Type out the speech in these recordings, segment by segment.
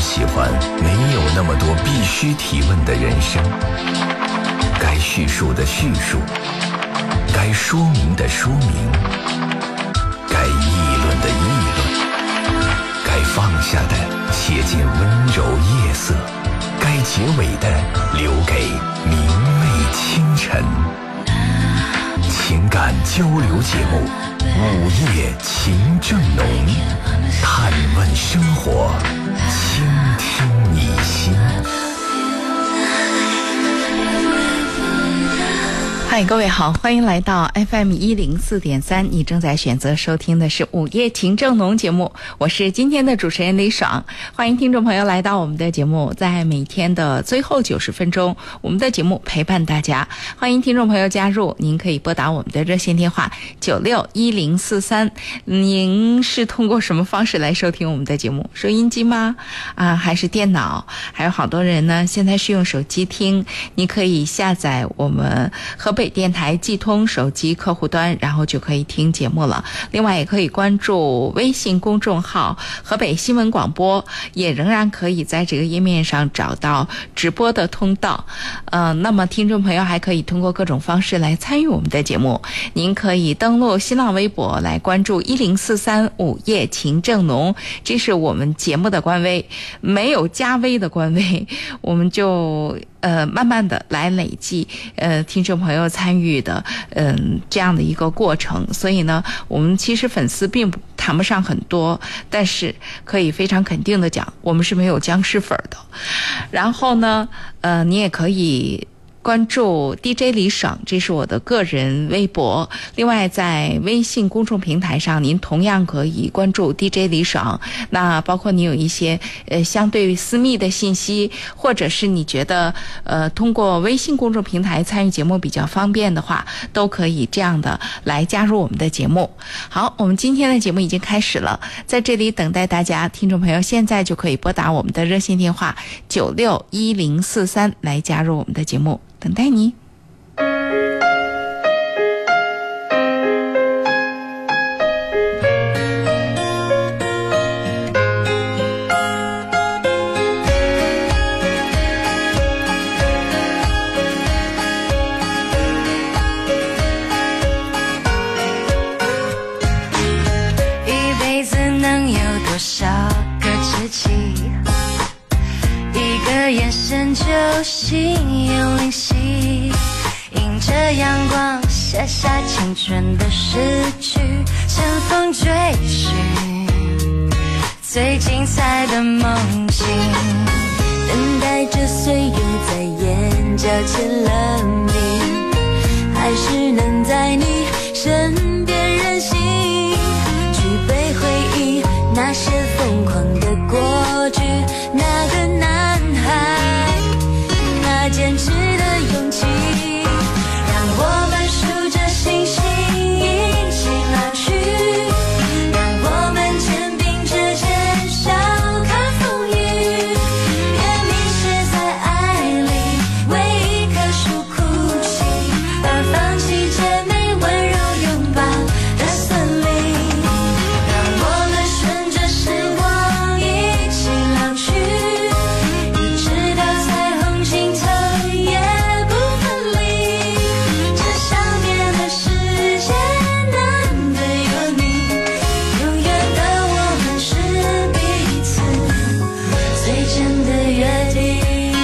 喜欢没有那么多必须提问的人生，该叙述的叙述，该说明的说明，该议论的议论，该放下的写进温柔夜色，该结尾的留给明媚清晨。情感交流节目《午夜情正浓》，探问生活，倾听你心。 嗨，各位好，欢迎来到 FM104.3， 你正在选择收听的是午夜情正浓节目，我是今天的主持人李爽。欢迎听众朋友来到我们的节目，在每天的最后90分钟，我们的节目陪伴大家。欢迎听众朋友加入，您可以拨打我们的热线电话961043。您是通过什么方式来收听我们的节目？收音机吗？还是电脑？还有好多人呢，现在是用手机听。你可以下载我们河北电台寄通手机客户端，然后就可以听节目了。另外也可以关注微信公众号河北新闻广播，也仍然可以在这个页面上找到直播的通道。那么听众朋友还可以通过各种方式来参与我们的节目。您可以登录新浪微博来关注1043午夜情正浓，这是我们节目的官微，没有加微的官微，我们就慢慢的来累计听众朋友参与的这样的一个过程。所以呢，我们其实粉丝并不谈不上很多，但是可以非常肯定的讲，我们是没有僵尸粉的。然后呢你也可以关注 DJ 李爽，这是我的个人微博。另外在微信公众平台上，您同样可以关注 DJ 李爽。那包括你有一些相对私密的信息，或者是你觉得通过微信公众平台参与节目比较方便的话，都可以这样的来加入我们的节目。好，我们今天的节目已经开始了，在这里等待大家，听众朋友现在就可以拨打我们的热线电话961043来加入我们的节目，等待你。 一辈子能有多少个知己，一个眼神就心有灵犀，迎着阳光写下青春的诗句，乘风追寻最精彩的梦境，等待着岁月在眼角签了名，还是能在你身边任性，举杯回忆那些疯狂的过去，那个男孩那坚持的勇气，让我们数着星星一起老去，让我们肩并着肩笑看风雨，别迷失在爱里为一棵树哭泣，而放弃姐妹温柔拥抱的森林，让我们顺着时光一起老去，一直到彩虹尽头也不分离，这想念的世界难得有你，永远的我们是彼此最真的约定。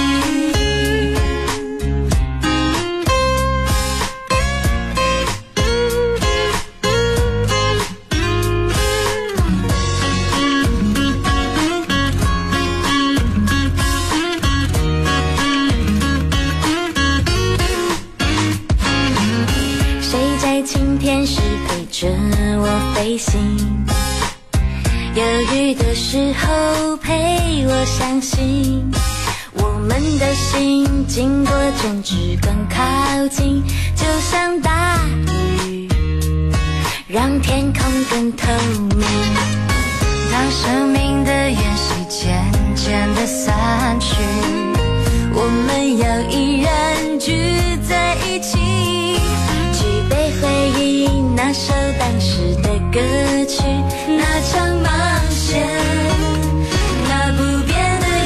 谁在晴天时陪着我飞行，犹豫的时候陪我相信，我们的心经过争执更靠近，就像大雨让天空更透明，当生命的延续渐渐地散去，我们要依然聚在一起，举杯回忆那首当时的歌曲，那场冒险，那不变的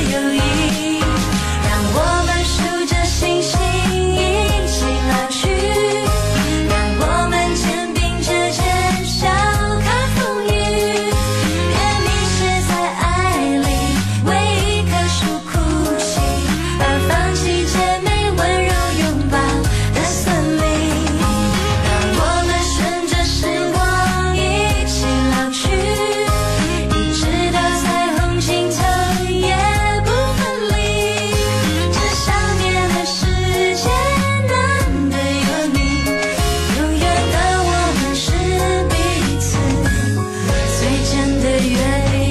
月里。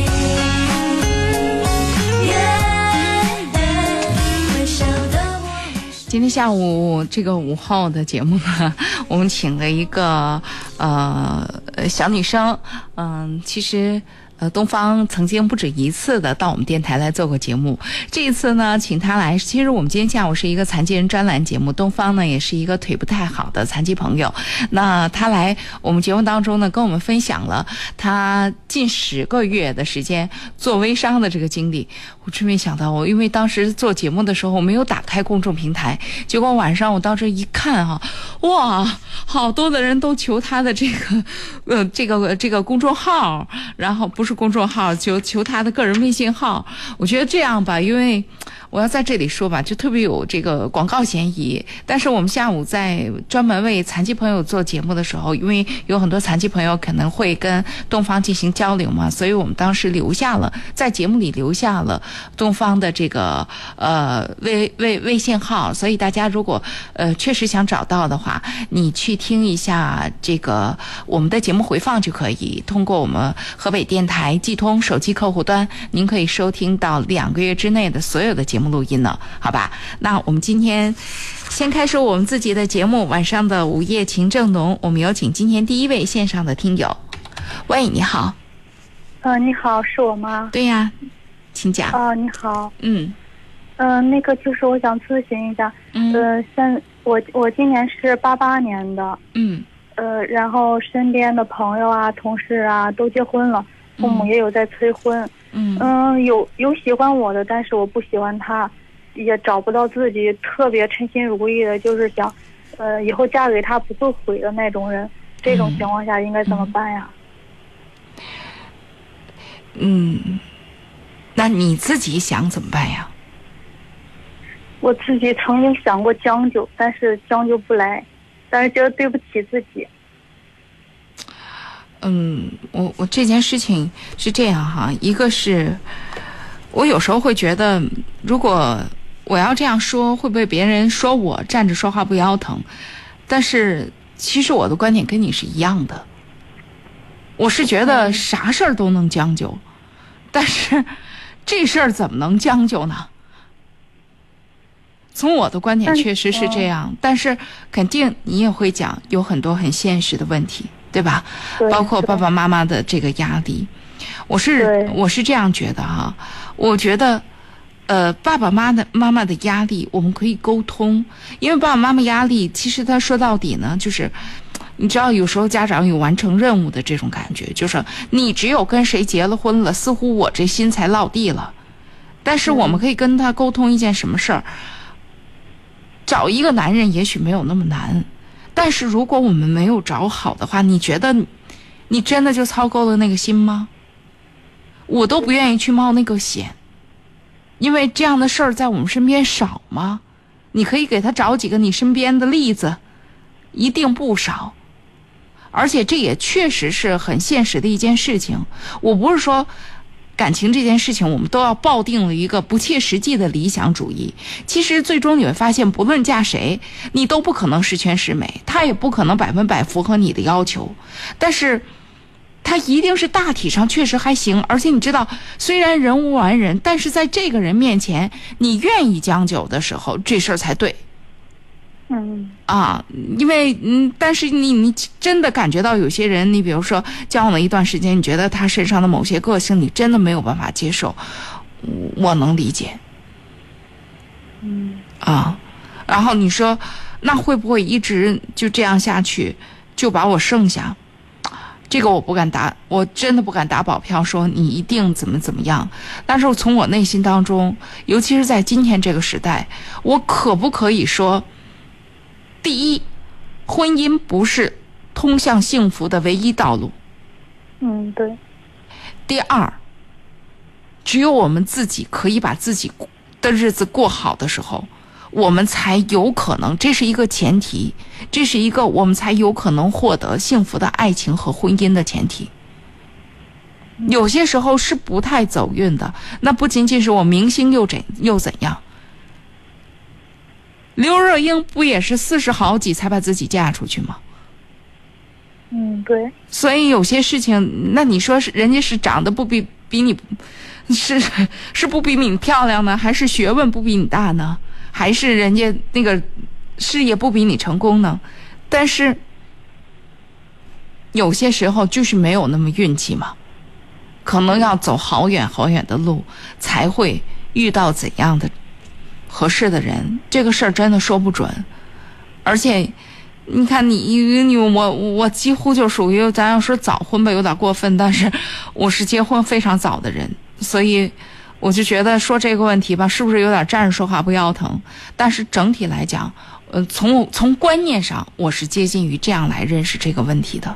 今天下午这个5号的节目呢，我们请了一个小女生，其实东方曾经不止一次的到我们电台来做过节目，这一次呢请她来，其实我们今天下午是一个残疾人专栏节目，东方呢也是一个腿不太好的残疾朋友，那她来我们节目当中呢跟我们分享了她近10个月的时间做微商的这个经历。我真没想到，我因为当时做节目的时候我没有打开公众平台，结果晚上我到这一看啊，哇，好多的人都求他的这个公众号，然后不是公众号，求他的个人微信号。我觉得这样吧，因为我要在这里说吧，就特别有这个广告嫌疑。但是我们下午在专门为残疾朋友做节目的时候，因为有很多残疾朋友可能会跟东方进行交流嘛，所以我们当时在节目里留下了东方的这个微信号，所以大家如果确实想找到的话，你去听一下这个我们的节目回放就可以，通过我们河北电台寄通手机客户端，您可以收听到2个月之内的所有的节目录音了，好吧？那我们今天先开始我们自己的节目，晚上的午夜情正浓，我们有请今天第一位线上的听友。喂，你好。 你好，是我吗？ 对呀，请讲。 你好。 那个就是我想咨询一下，我今年是88年的，然后身边的朋友啊、同事啊都结婚了，父母也有在催婚，有喜欢我的，但是我不喜欢他，也找不到自己特别称心如意的，就是想，以后嫁给他不后悔的那种人，这种情况下应该怎么办呀？ 那你自己想怎么办呀？ 我自己曾经想过将就，但是将就不来，但是觉得对不起自己。 我这件事情是这样哈，一个是我有时候会觉得，如果我要这样说，会不会别人说我站着说话不腰疼？但是其实我的观点跟你是一样的，我是觉得啥事儿都能将就，但是这事儿怎么能将就呢？从我的观点确实是这样，但是肯定你也会讲有很多很现实的问题，对吧？包括爸爸妈妈的这个压力。我是这样觉得哈，我觉得爸爸妈妈的压力我们可以沟通，因为爸爸妈妈压力其实他说到底呢，就是你知道有时候家长有完成任务的这种感觉，就是你只有跟谁结了婚了，似乎我这心才落地了。但是我们可以跟他沟通一件什么事儿，找一个男人也许没有那么难，但是如果我们没有找好的话，你觉得你真的就操够了那个心吗？我都不愿意去冒那个险，因为这样的事儿在我们身边少吗？你可以给他找几个你身边的例子，一定不少。而且这也确实是很现实的一件事情。我不是说感情这件事情我们都要抱定了一个不切实际的理想主义，其实最终你会发现，不论嫁谁，你都不可能十全十美，他也不可能100%符合你的要求，但是他一定是大体上确实还行。而且你知道，虽然人无完人，但是在这个人面前你愿意将就的时候，这事儿才对。因为但是你真的感觉到有些人，你比如说交往了一段时间，你觉得他身上的某些个性你真的没有办法接受，我能理解。然后你说那会不会一直就这样下去就把我剩下？这个我真的不敢打保票说你一定怎么样。但是从我内心当中，尤其是在今天这个时代，我可不可以说，第一，婚姻不是通向幸福的唯一道路。 对。 第二，只有我们自己可以把自己的日子过好的时候，我们才有可能，这是一个前提，这是一个我们才有可能获得幸福的爱情和婚姻的前提。有些时候是不太走运的，那不仅仅是我明星又怎样？刘若英不也是40好几才把自己嫁出去吗？ 对。 所以有些事情，那你说是人家是长得不比你是不比你漂亮呢，还是学问不比你大呢，还是人家那个事业不比你成功呢？但是有些时候就是没有那么运气嘛，可能要走好远好远的路才会遇到怎样的合适的人，这个事儿真的说不准。而且你看我几乎就属于咱要说早婚吧有点过分，但是我是结婚非常早的人，所以我就觉得说这个问题吧，是不是有点站着说话不腰疼？但是整体来讲，从观念上我是接近于这样来认识这个问题的。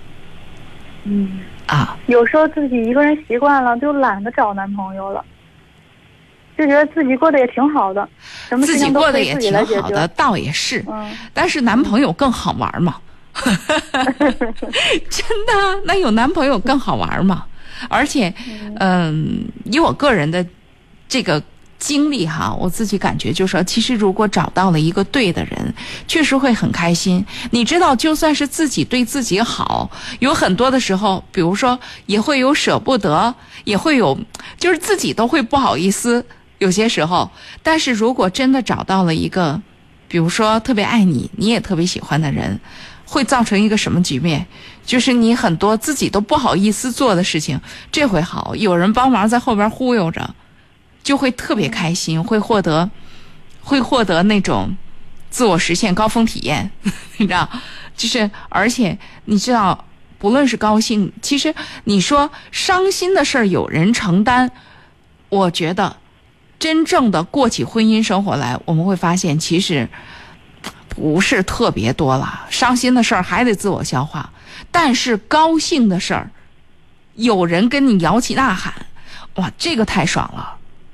有时候自己一个人习惯了，就懒得找男朋友了，就觉得自己过得也挺好的，什么事情都可以自己来解决。自己过得也挺好的，倒也是。但是男朋友更好玩嘛？真的，那有男朋友更好玩嘛？而且，以我个人的这个经历哈，我自己感觉就是说，其实如果找到了一个对的人，确实会很开心。你知道，就算是自己对自己好，有很多的时候，比如说也会有舍不得，也会有就是自己都会不好意思，有些时候。但是如果真的找到了一个，比如说特别爱你，你也特别喜欢的人，会造成一个什么局面？就是你很多自己都不好意思做的事情，这回好，有人帮忙在后边忽悠着，就会特别开心，会获得那种自我实现高峰体验，你知道？就是而且你知道，不论是高兴，其实你说伤心的事儿有人承担，我觉得真正的过起婚姻生活来，我们会发现其实不是特别多了。伤心的事儿还得自我消化，但是高兴的事儿，有人跟你摇旗呐喊，哇，这个太爽了。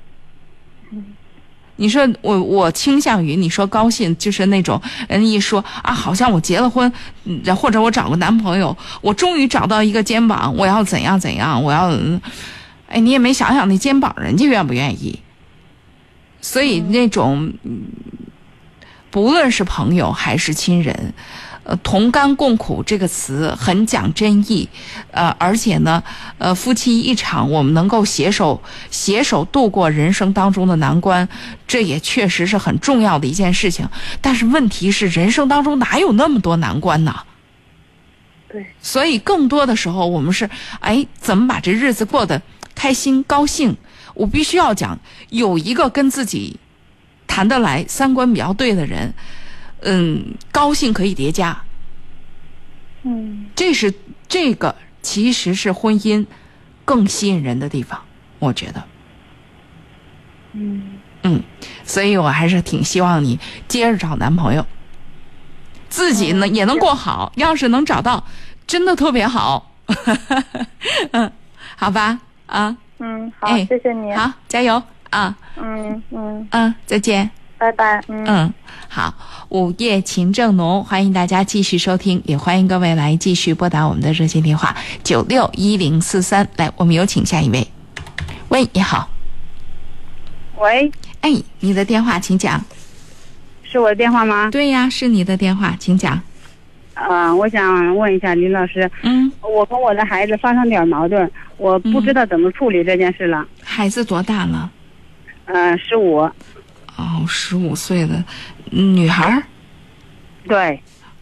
你说我倾向于你说高兴，就是那种人一说啊，好像我结了婚，或者我找个男朋友，我终于找到一个肩膀，我要怎样怎样，我要，你也没想想那肩膀人家愿不愿意。所以那种不论是朋友还是亲人，同甘共苦这个词很讲真意，而且呢，夫妻一场，我们能够携手度过人生当中的难关，这也确实是很重要的一件事情。但是问题是，人生当中哪有那么多难关呢？ 对， 所以更多的时候，我们是怎么把这日子过得开心高兴？我必须要讲，有一个跟自己谈得来、三观比较对的人，高兴可以叠加。这个其实是婚姻更吸引人的地方，我觉得。所以我还是挺希望你接着找男朋友，自己呢也能过好。要是能找到，真的特别好。好吧， 好，谢谢你。 好，加油啊！再见。 拜拜。 好，午夜情正浓，欢迎大家继续收听，也欢迎各位来继续拨打我们的热线电话961043。来，我们有请下一位。喂，你好。 喂。 你的电话请讲。 是我的电话吗？ 对呀，是你的电话，请讲。 我想问一下林老师，我跟我的孩子发生点矛盾，我不知道怎么处理这件事了。 孩子多大了 ？15。 15岁的女孩。 对。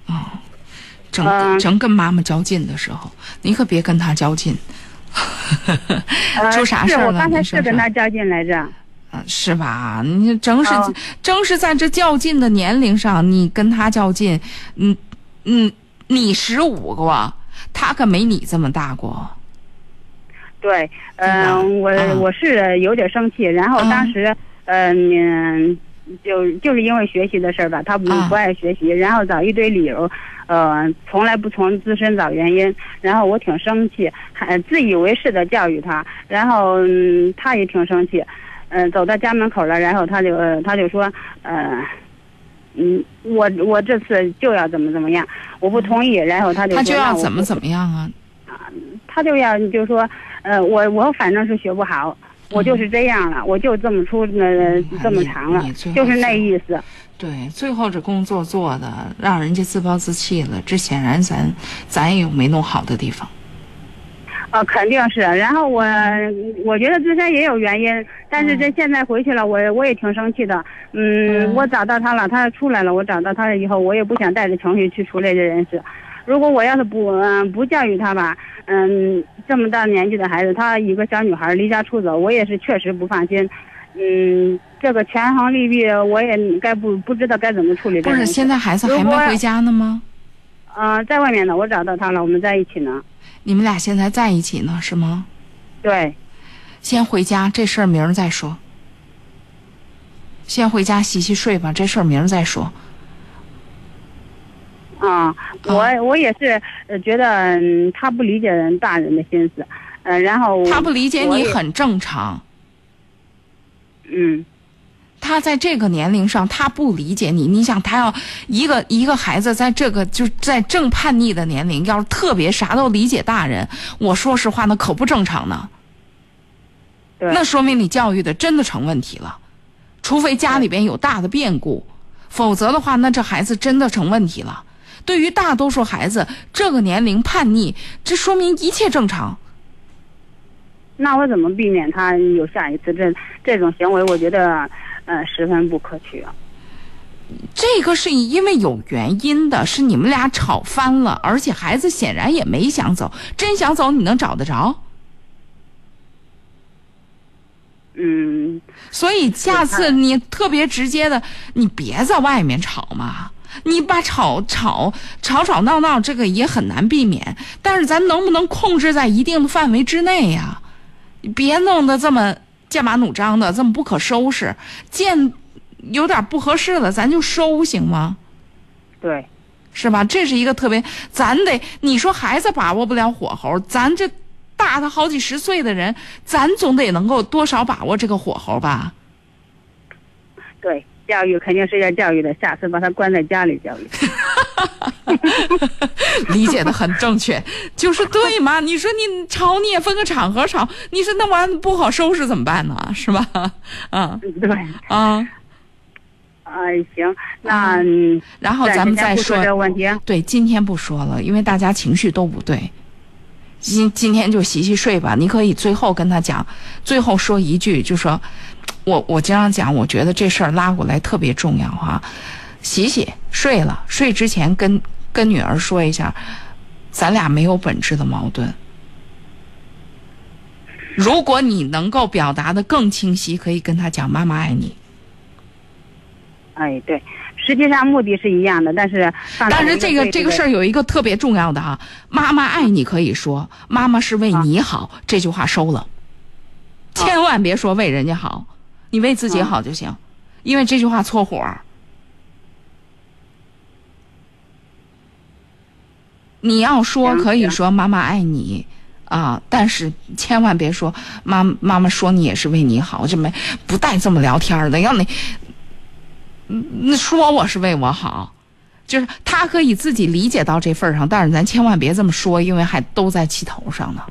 正跟妈妈较劲的时候，你可别跟她较劲。出啥事了？ 我刚才是跟她较劲来着。 是吧？你正是在这较劲的年龄上，你跟她较劲，你15个，她可没你这么大过。 对，我是有点生气，然后当时就是因为学习的事儿吧，他不爱学习，然后找一堆理由，从来不从自身找原因，然后我挺生气，还自以为是的教育他，然后他也挺生气，走到家门口了，然后他就说，我这次就要怎么样，我不同意，然后他就要怎么样啊？ 他就要就说，我反正是学不好。 我就是这样了，我就这么这么长了，就是那意思。 对，最后这工作做的让人家自暴自弃了，这显然咱也有没弄好的地方。 肯定是。然后我觉得自身也有原因，但是这现在回去了，我也挺生气的。我找到他了，他出来了，我找到他了以后，我也不想带着情绪去处理这件事。如果我要是不教育他吧，这么大年纪的孩子，他一个小女孩离家出走，我也是确实不放心。这个权衡利弊，我也不知道该怎么处理。 不是，现在孩子还没回家呢吗？ 在外面呢，我找到他了，我们在一起呢。 你们俩现在在一起呢，是吗？ 对。 先回家，这事儿明儿再说。先回家洗洗睡吧，这事儿明儿再说。 我也是觉得他不理解大人的心思，然后他不理解你很正常。他在这个年龄上，他不理解你。你想，他要一个孩子在这个就在正叛逆的年龄，要是特别啥都理解大人，我说实话，那可不正常呢。 对， 那说明你教育的真的成问题了。除非家里边有大的变故，否则的话，那这孩子真的成问题了。对于大多数孩子，这个年龄叛逆，这说明一切正常。 那我怎么避免他有下一次这种行为？我觉得十分不可取啊。 这个是因为有原因的，是你们俩吵翻了，而且孩子显然也没想走。真想走，你能找得着？所以下次你特别直接的，你别在外面吵嘛。你把吵闹，这个也很难避免，但是咱能不能控制在一定的范围之内呀？别弄得这么剑拔弩张的，这么不可收拾。有点不合适了，咱就收，行吗？ 对， 是吧？这是一个特别，你说孩子把握不了火候，咱这大他好几十岁的人，咱总得能够多少把握这个火候吧？ 对。教育肯定是要教育的，下次把他关在家里教育。 理解的很正确，就是对嘛？你说你吵，你也分个场合吵，你说那玩意不好收拾怎么办呢？是吧？ 对行，那然后咱们再说这个问题。 对，今天不说了，因为大家情绪都不对。今天就洗洗睡吧。你可以最后跟他讲，最后说一句，就说。我经常讲，我觉得这事儿拉过来特别重要哈。洗睡了，睡之前跟女儿说一下，咱俩没有本质的矛盾。如果你能够表达的更清晰，可以跟她讲妈妈爱你。 对，实际上目的是一样的，但是这个事儿有一个特别重要的哈，妈妈爱你可以说，妈妈是为你好，这句话收了，千万别说为人家好。你为自己好就行，因为这句话搓火。你要说可以说妈妈爱你但是千万别说妈妈说你也是为你好，就不带这么聊天的。要你说我是为我好，就是他可以自己理解到这份上，但是咱千万别这么说，因为还都在气头上呢。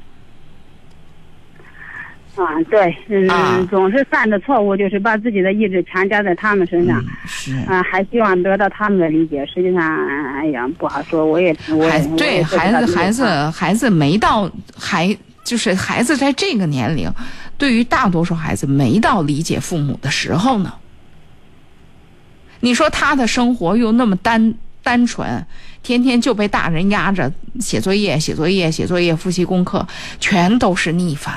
对，总是犯的错误就是把自己的意志强加在他们身上，还希望得到他们的理解。实际上，不好说。对孩子没到，就是孩子在这个年龄，对于大多数孩子没到理解父母的时候呢。你说他的生活又那么单纯，天天就被大人压着写作业、复习功课，全都是逆反。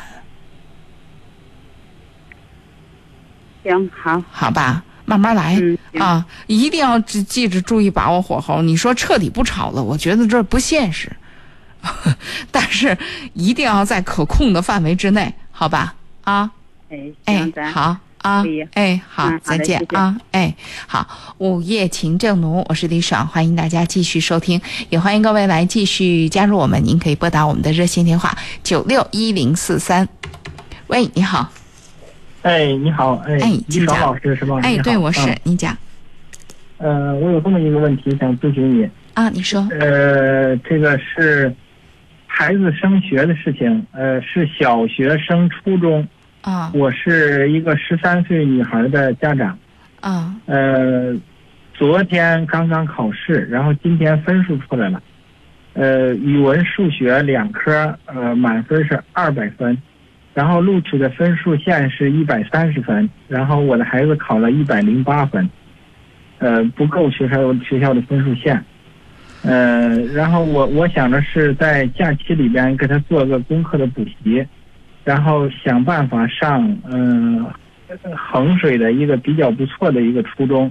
行， 好吧，慢慢来一定要记着注意把握火候。你说彻底不吵了，我觉得这不现实，但是一定要在可控的范围之内，好吧？好好，再见好，午夜情正浓，我是李爽，欢迎大家继续收听，也欢迎各位来继续加入我们。您可以拨打我们的热线电话961043。喂，你好。 你好，李爽老师是吗？ 对，我是，你讲。 我有这么一个问题想咨询你。 你说。 这个是孩子升学的事情，是小学升初中， 啊。 我是一个13岁女孩的家长。 啊。 昨天刚刚考试，然后今天分数出来了。语文、数学2科，满分是200分，然后录取的分数线是130分，然后我的孩子考了108分，不够学校的分数线。然后我想着是在假期里边给他做个功课的补习，然后想办法上衡水的一个比较不错的一个初中。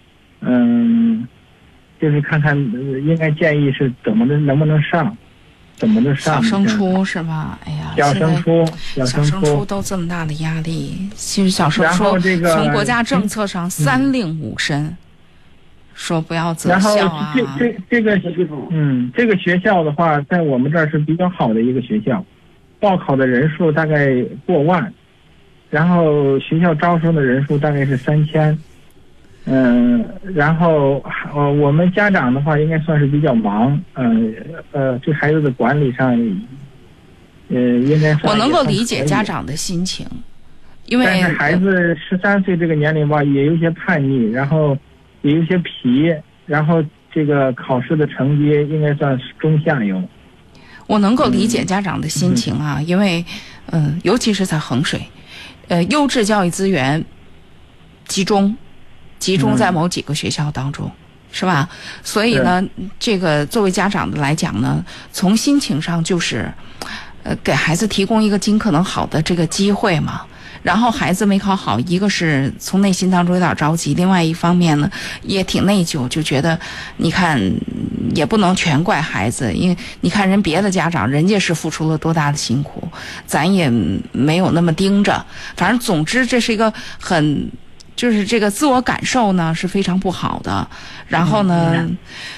就是看看应该建议是怎么的，能不能上，怎么的上。 小升初是吧？哎呀， 小升初都这么大的压力。其实小升初从国家政策上3令5申，说不要择校啊。 然后这个学校的话，在我们这儿是比较好的一个学校，报考的人数大概过万，然后学校招生的人数大概是3000。然后我们家长的话应该算是比较忙，对孩子的管理上，应该算。 我能够理解家长的心情，因为但是孩子13岁这个年龄吧，也有些叛逆，然后也有些皮，然后这个考试的成绩应该算是中下游。 我能够理解家长的心情啊，因为尤其是在衡水，优质教育资源集中在某几个学校当中，是吧？所以呢，这个作为家长的来讲呢，从心情上就是，给孩子提供一个尽可能好的这个机会嘛。然后孩子没考好，一个是从内心当中有点着急，另外一方面呢，也挺内疚，就觉得你看也不能全怪孩子，因为你看人别的家长，人家是付出了多大的辛苦，咱也没有那么盯着。反正总之，这是一个就是这个自我感受呢是非常不好的，然后呢，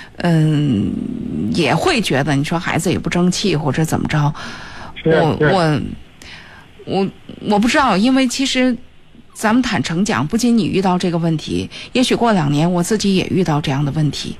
也会觉得你说孩子也不争气或者怎么着，我不知道，因为其实咱们坦诚讲，不仅你遇到这个问题，也许过2年我自己也遇到这样的问题，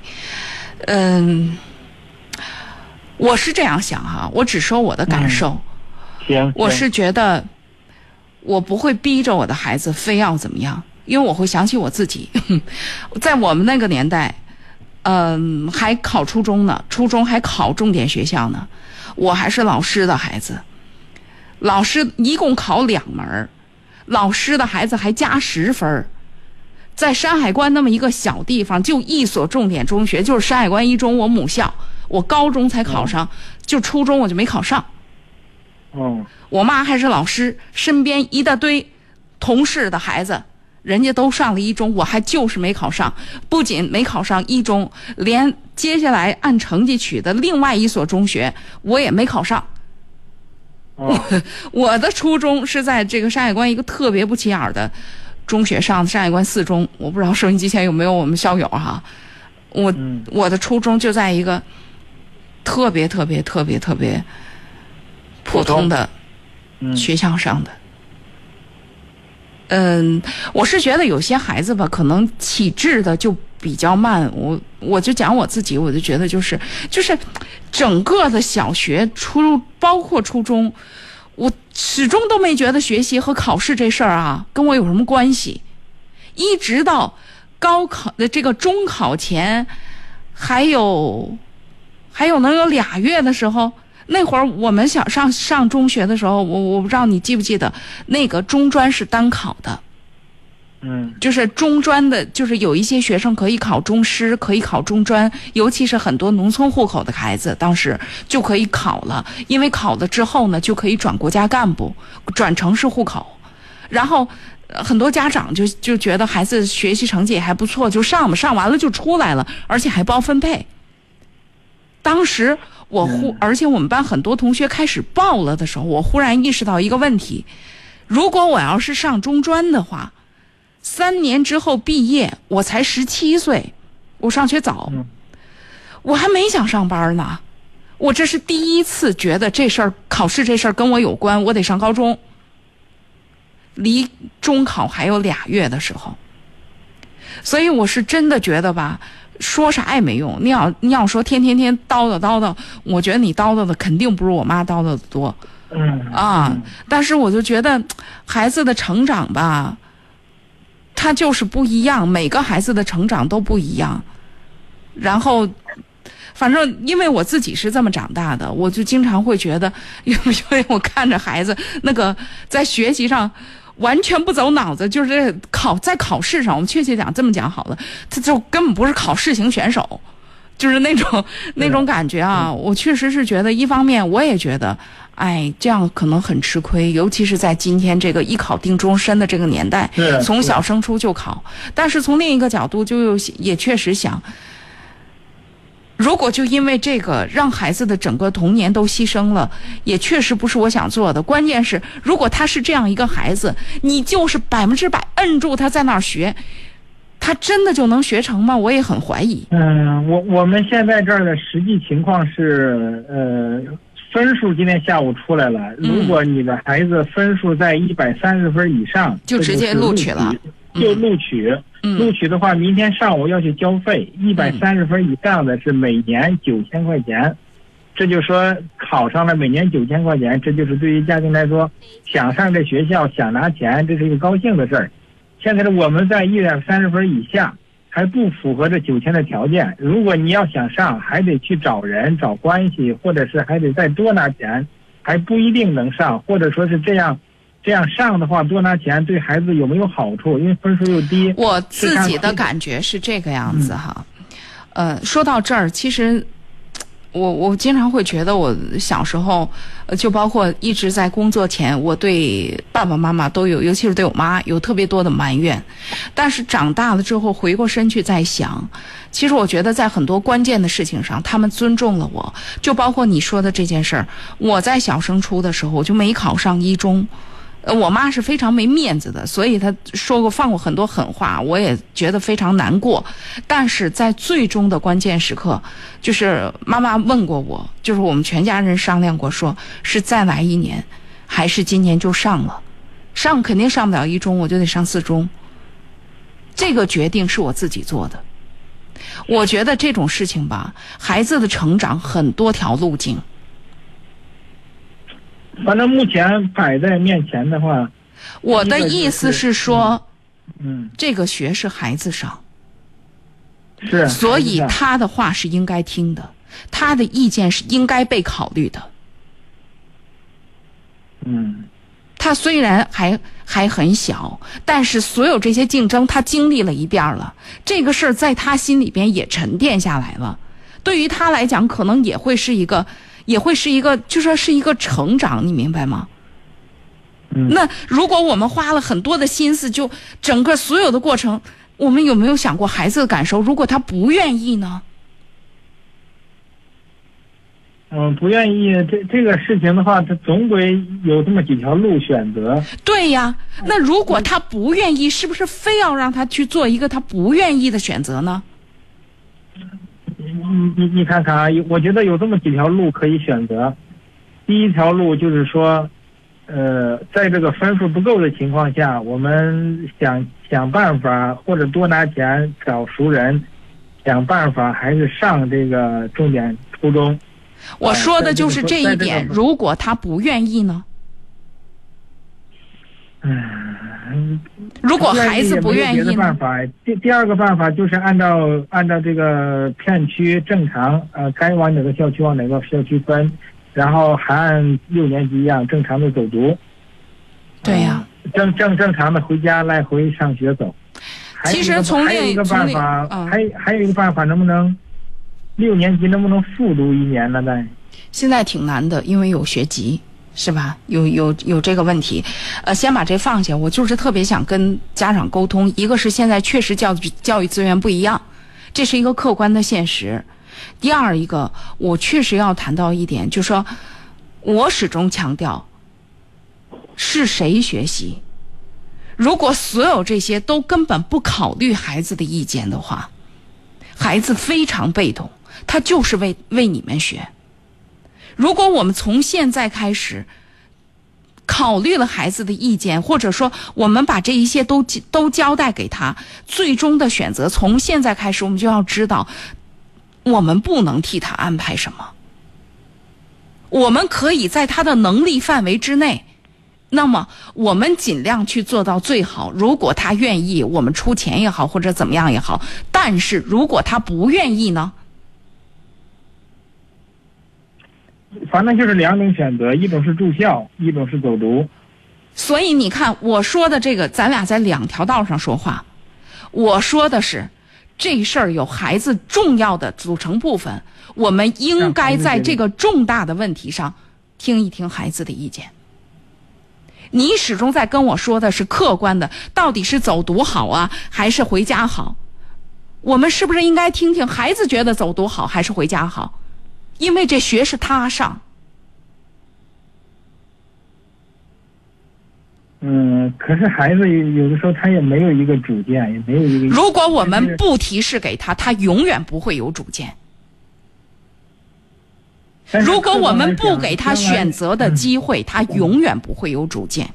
我是这样想哈，我只说我的感受，我是觉得我不会逼着我的孩子非要怎么样。因为我会想起我自己，在我们那个年代，还考初中呢，初中还考重点学校呢，我还是老师的孩子，老师一共考2门，老师的孩子还加10分，在山海关那么一个小地方，就一所重点中学，就是山海关一中，我母校，我高中才考上，就初中我就没考上。我妈还是老师，身边一大堆同事的孩子。人家都上了一中，我还就是没考上，不仅没考上一中，连接下来按成绩取的另外一所中学我也没考上。我的初中是在这个山海关一个特别不起眼的中学上的，山海关4中，我不知道收音机前有没有我们校友哈。我的初中就在一个特别普通的学校上的。我是觉得有些孩子吧，可能体质的就比较慢。我就讲我自己，我就觉得就是整个的小学、包括初中，我始终都没觉得学习和考试这事儿啊跟我有什么关系。一直到高考的这个中考前，还有能有2月的时候。那会儿我们想上中学的时候，我不知道你记不记得，那个中专是单考的，就是中专的，就是有一些学生可以考中师，可以考中专，尤其是很多农村户口的孩子，当时就可以考了，因为考了之后呢，就可以转国家干部，转城市户口，然后很多家长就觉得孩子学习成绩也还不错，就上完了就出来了，而且还包分配。当时而且我们班很多同学开始报了的时候，我忽然意识到一个问题，如果我要是上中专的话，3年之后毕业，我才17岁，我上学早，我还没想上班呢，我这是第一次觉得这事儿，考试这事儿跟我有关，我得上高中，离中考还有2月的时候，所以我是真的觉得吧，说啥也没用。你要说天叨叨，我觉得你叨叨的肯定不如我妈叨叨的多。 但是我就觉得孩子的成长吧，他就是不一样，每个孩子的成长都不一样。然后反正因为我自己是这么长大的，我就经常会觉得，因为我看着孩子那个在学习上完全不走脑子，就是在考试上，我们确切讲这么讲好了，他就根本不是考试型选手，就是那种感觉啊。我确实是觉得，一方面我也觉得，这样可能很吃亏，尤其是在今天这个一考定终身的这个年代，从小升初就考。但是从另一个角度，就也确实想，如果就因为这个让孩子的整个童年都牺牲了，也确实不是我想做的。关键是，如果他是这样一个孩子，你就是100%摁住他在那儿学，他真的就能学成吗？我也很怀疑。 我们现在这儿的实际情况是，分数今天下午出来了，如果你的孩子分数在130分以上， 就直接录取了， 就录取。录取的话，明天上午要去交费，130分以上的是每年9000块钱。这就说考上了每年9000块钱，这就是对于家庭来说，想上这学校想拿钱，这是一个高兴的事儿。现在我们在130分以下还不符合这9000的条件，如果你要想上，还得去找人找关系，或者是还得再多拿钱，还不一定能上，或者说是这样上的话多拿钱对孩子有没有好处？因为分数又低。 我自己的感觉是这个样子哈。说到这儿，其实我经常会觉得，我小时候就包括一直在工作前，我对爸爸妈妈都有，尤其是对我妈有特别多的埋怨。但是长大了之后回过身去再想，其实我觉得在很多关键的事情上，他们尊重了我。就包括你说的这件事儿，我在小升初的时候我就没考上一中。我妈是非常没面子的，所以她放过很多狠话，我也觉得非常难过。但是在最终的关键时刻，就是妈妈问过我，就是我们全家人商量过，说是再来1年，还是今年就上了，上肯定上不了一中，我就得上4中。这个决定是我自己做的。我觉得这种事情吧，孩子的成长很多条路径。 反正目前摆在面前的话， 我的意思是说，这个学是孩子上， 是， 所以他的话是应该听的，他的意见是应该被考虑的。他虽然还很小，但是所有这些竞争他经历了一遍了，这个事儿在他心里边也沉淀下来了。对于他来讲，可能也会是一个，就说是一个成长，你明白吗？那如果我们花了很多的心思，就整个所有的过程，我们有没有想过孩子的感受？如果他不愿意呢？ 不愿意，这个事情的话，他总归有这么几条路选择。 对呀，那如果他不愿意，是不是非要让他去做一个他不愿意的选择呢？ 你看看啊，我觉得有这么几条路可以选择。第一条路就是说，在这个分数不够的情况下，我们想办法，或者多拿钱找熟人，想办法还是上这个重点初中。 我说的就是这一点。如果他不愿意呢？如果孩子不愿意呢？ 办法。第二个办法就是按照这个片区正常，该往哪个校区往哪个校区分，然后还按6年级一样正常的走读。 对呀。 正常的回家来回上学走。 其实还有一个办法， 还有一个办法，能不能6年级能不能复读1年了再？ 现在挺难的，因为有学籍。是吧？有这个问题，先把这放下。我就是特别想跟家长沟通，一个是现在确实教育资源不一样，这是一个客观的现实。第二一个，我确实要谈到一点，就是说，我始终强调，是谁学习。如果所有这些都根本不考虑孩子的意见的话，孩子非常被动，他就是为你们学。如果我们从现在开始考虑了孩子的意见，或者说我们把这一些都交代给他，最终的选择从现在开始，我们就要知道我们不能替他安排什么。 我们可以在他的能力范围之内，那么我们尽量去做到最好。如果他愿意，我们出钱也好，或者怎么样也好。但是如果他不愿意呢？ 反正就是两种选择，一种是住校，一种是走读。 所以你看我说的这个，咱俩在两条道上说话。我说的是这事儿有孩子重要的组成部分，我们应该在这个重大的问题上听一听孩子的意见。你始终在跟我说的是客观的，到底是走读好啊，还是回家好？我们是不是应该听听孩子觉得走读好还是回家好？因为这学是他上。 可是孩子有的时候他也没有一个主见，也没有一个。 如果我们不提示给他，他永远不会有主见。如果我们不给他选择的机会，他永远不会有主见。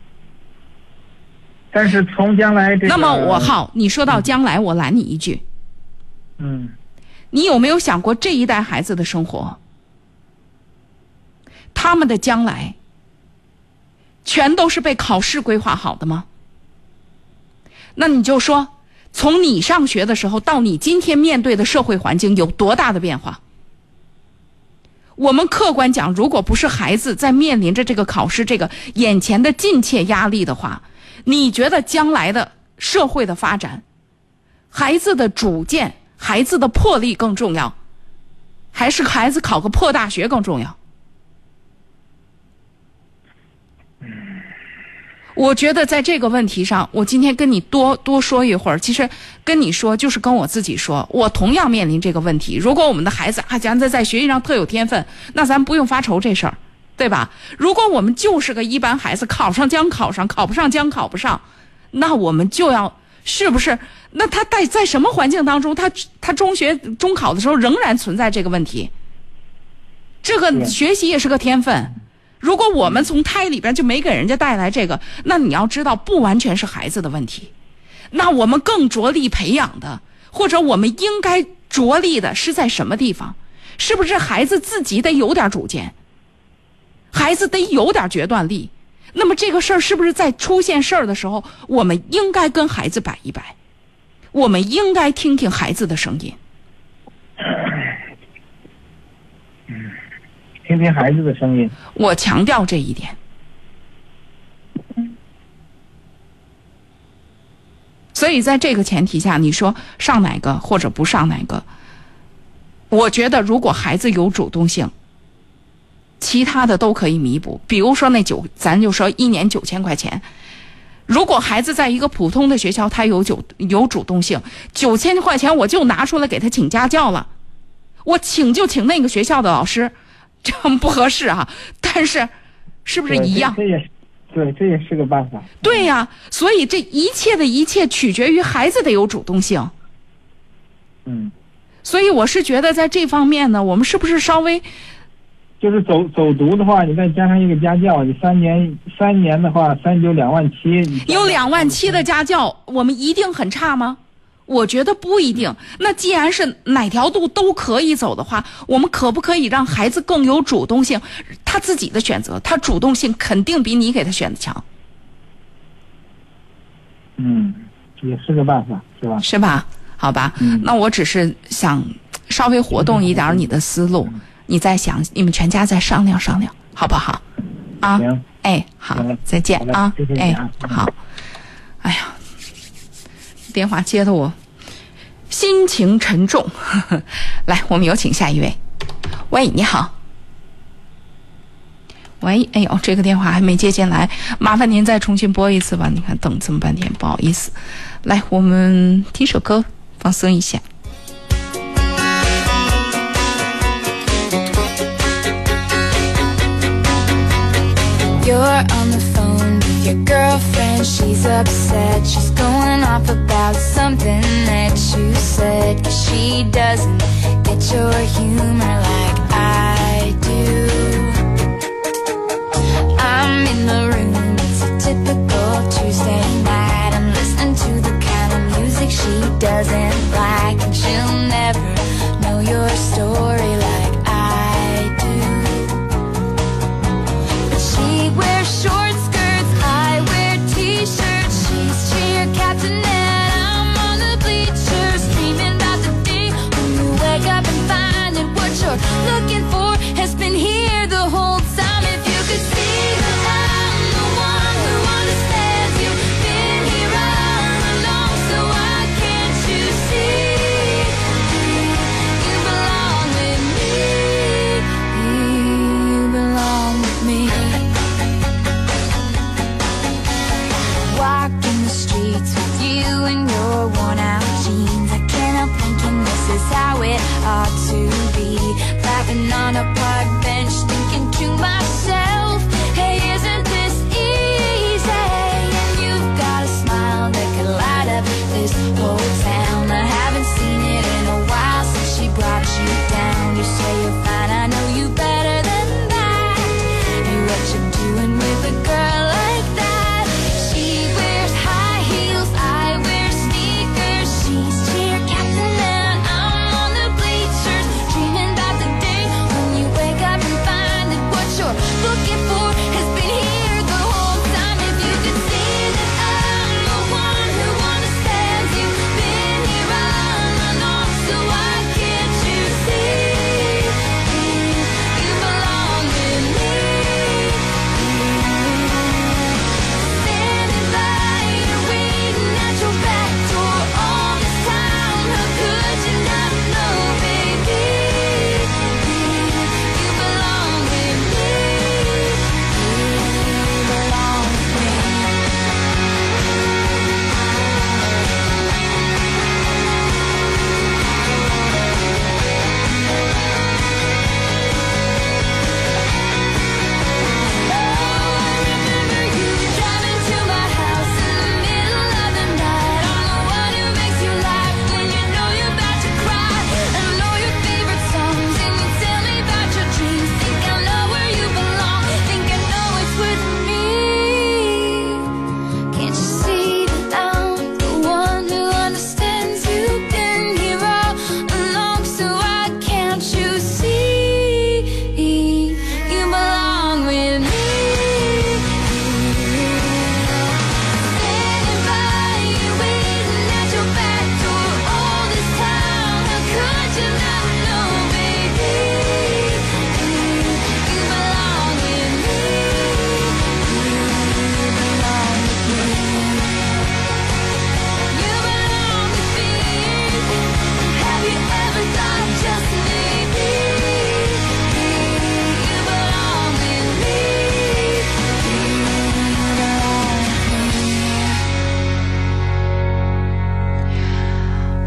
但是从将来这个， 那么你说到将来，我拦你一句。你有没有想过这一代孩子的生活？他们的将来全都是被考试规划好的吗？那你就说，从你上学的时候到你今天面对的社会环境有多大的变化？我们客观讲，如果不是孩子在面临着这个考试这个眼前的近切压力的话，你觉得将来的社会的发展，孩子的主见，孩子的魄力更重要，还是孩子考个破大学更重要？我觉得在这个问题上，我今天跟你多说一会儿，其实跟你说就是跟我自己说，我同样面临这个问题。如果我们的孩子咱在学习上特有天分，那咱不用发愁这事儿，对吧？如果我们就是个一般孩子，考上将考上，考不上将考不上，那我们就要是不是？那他在什么环境当中，他中学中考的时候仍然存在这个问题。这个学习也是个天分。如果我们从胎里边就没给人家带来这个，那你要知道不完全是孩子的问题，那我们更着力培养的，或者我们应该着力的是在什么地方？是不是孩子自己得有点主见，孩子得有点决断力？那么这个事儿是不是在出现事儿的时候，我们应该跟孩子摆一摆，我们应该听听孩子的声音。 听听孩子的声音， 我强调这一点。所以在这个前提下，你说上哪个或者不上哪个，我觉得如果孩子有主动性，其他的都可以弥补。比如说咱就说1年9000块钱，如果孩子在一个普通的学校，他有主动性，9000块钱我就拿出来给他请家教了，我请那个学校的老师。这样不合适啊，但是是不是一样？ 这也是个办法。 对呀，所以这一切取决于孩子得有主动性。所以我是觉得在这方面呢，我们是不是稍微就是走读的话，你再加上一个家教，你3年的话，3就27000。 有27000的家教，我们一定很差吗？我觉得不一定。那既然是哪条路都可以走的话，我们可不可以让孩子更有主动性？他自己的选择，他主动性肯定比你给他选的强。 也是个办法，是吧？ 是吧？好吧。那我只是想稍微活动一点你的思路，你再想，你们全家再商量商量，好不好？啊， 行。 好，再见啊！好。哎呀。电话接的我心情沉重。来，我们有请下一位。喂，你好。喂，哎呦，这个电话还没接进来，麻烦您再重新拨一次吧。你看等这么半天，不好意思。来，我们听首歌放松一下。 You're on the phone with your girlfriend, she's upset. She's going off about something that you said. 'Cause she doesn't get your humor like I do. I'm in the room, it's a typical Tuesday night. I'm listening to the kind of music she doesn't like. And she'll never know your story like I do.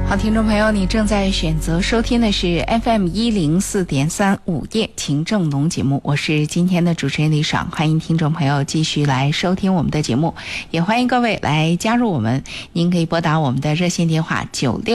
好，听众朋友，你正在选择收听的是 FM104.3午夜情正浓节目，我是今天的主持人李爽，欢迎听众朋友继续来收听我们的节目，也欢迎各位来加入我们。您可以拨打我们的热线电话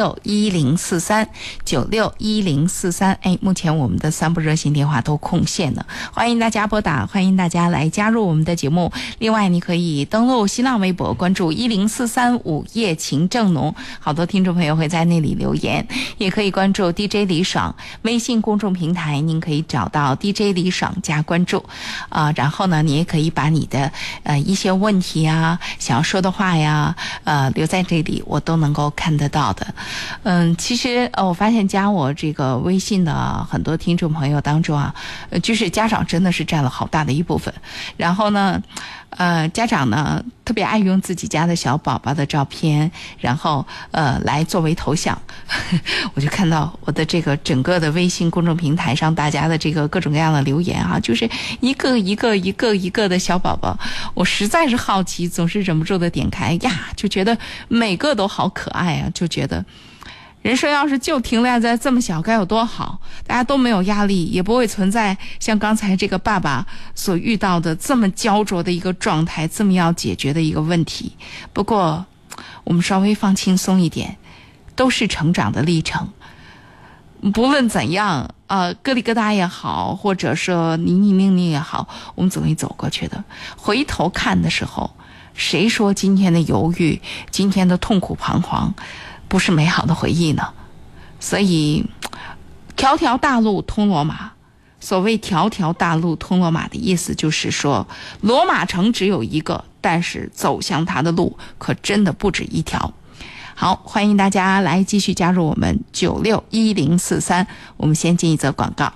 961043，961043。目前我们的3部热线电话都空线了，欢迎大家拨打，欢迎大家来加入我们的节目。另外，你可以登录新浪微博，关注1043午夜情正浓，好多听众朋友会在那里留言，也可以关注 DJ 李爽微信公众平台，您可以找到 DJ 李爽加关注然后呢，你也可以把你的一些问题啊，想要说的话呀留在这里，我都能够看得到的。其实我发现加我这个微信的很多听众朋友当中就是家长真的是占了好大的一部分。然后呢家长呢特别爱用自己家的小宝宝的照片，然后来作为头像我就看到我的这个整个的微信公众平台上大家的这个各种各样的留言就是一个的小宝宝，我实在是好奇，总是忍不住的点开就觉得每个都好可爱就觉得人生要是就停留在这么小该有多好，大家都没有压力，也不会存在像刚才这个爸爸所遇到的这么焦灼的一个状态，这么要解决的一个问题。不过我们稍微放轻松一点，都是成长的历程，不论怎样咯里咯哒也好，或者说泥泥泞泞也好，我们总会走过去的。回头看的时候，谁说今天的犹豫，今天的痛苦彷徨不是美好的回忆呢？所以条条大路通罗马，所谓条条大路通罗马的意思就是说，罗马城只有一个，但是走向它的路可真的不止一条。好，欢迎大家来继续加入我们961043，我们先进一则广告。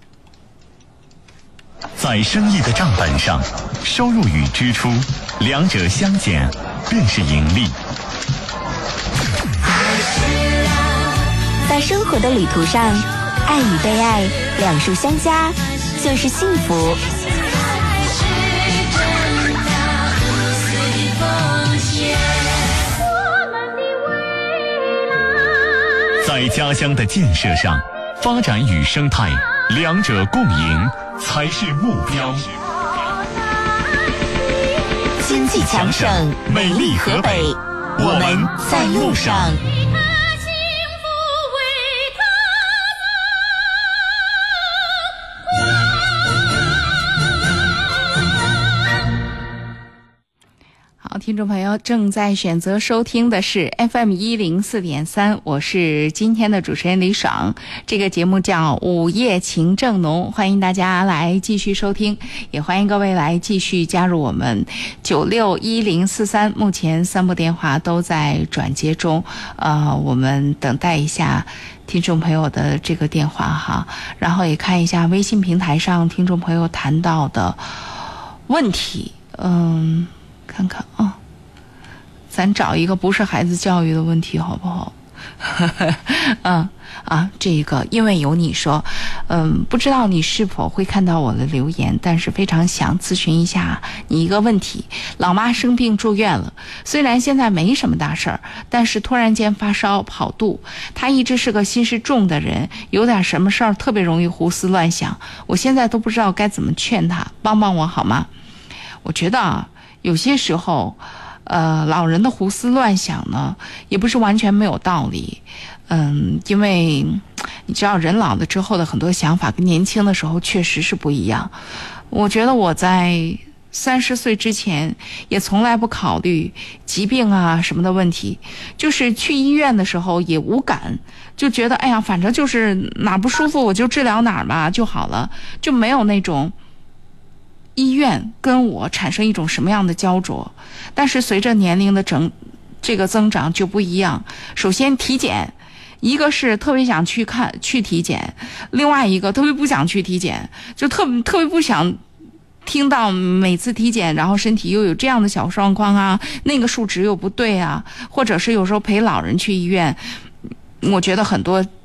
在生意的账本上，收入与支出两者相减便是盈利。 在生活的旅途上，爱与被爱两数相加就是幸福。 在家乡的建设上，发展与生态两者共赢才是目标。 经济强省，美丽河北，我们在路上。 听众朋友正在选择收听的是 FM104.3， 我是今天的主持人李爽，这个节目叫午夜情正浓，欢迎大家来继续收听，也欢迎各位来继续加入我们961043，目前3部电话都在转接中，我们等待一下听众朋友的这个电话然后也看一下微信平台上听众朋友谈到的问题，看看咱找一个不是孩子教育的问题好不好？这个因为有你说，不知道你是否会看到我的留言，但是非常想咨询一下你一个问题。老妈生病住院了，虽然现在没什么大事儿，但是突然间发烧跑肚，她一直是个心事重的人，有点什么事儿特别容易胡思乱想，我现在都不知道该怎么劝她，帮帮我好吗？我觉得有些时候老人的胡思乱想呢也不是完全没有道理，因为你知道人老了之后的很多想法跟年轻的时候确实是不一样。我觉得我在30岁之前也从来不考虑疾病什么的问题，就是去医院的时候也无感，就觉得反正就是哪不舒服我就治疗哪儿吧就好了，就没有那种医院跟我产生一种什么样的焦灼。但是随着年龄的这个增长就不一样。首先体检，一个是特别想去体检，另外一个特别不想去体检，就特别不想听到每次体检然后身体又有这样的小状况那个数值又不对或者是有时候陪老人去医院，我觉得很多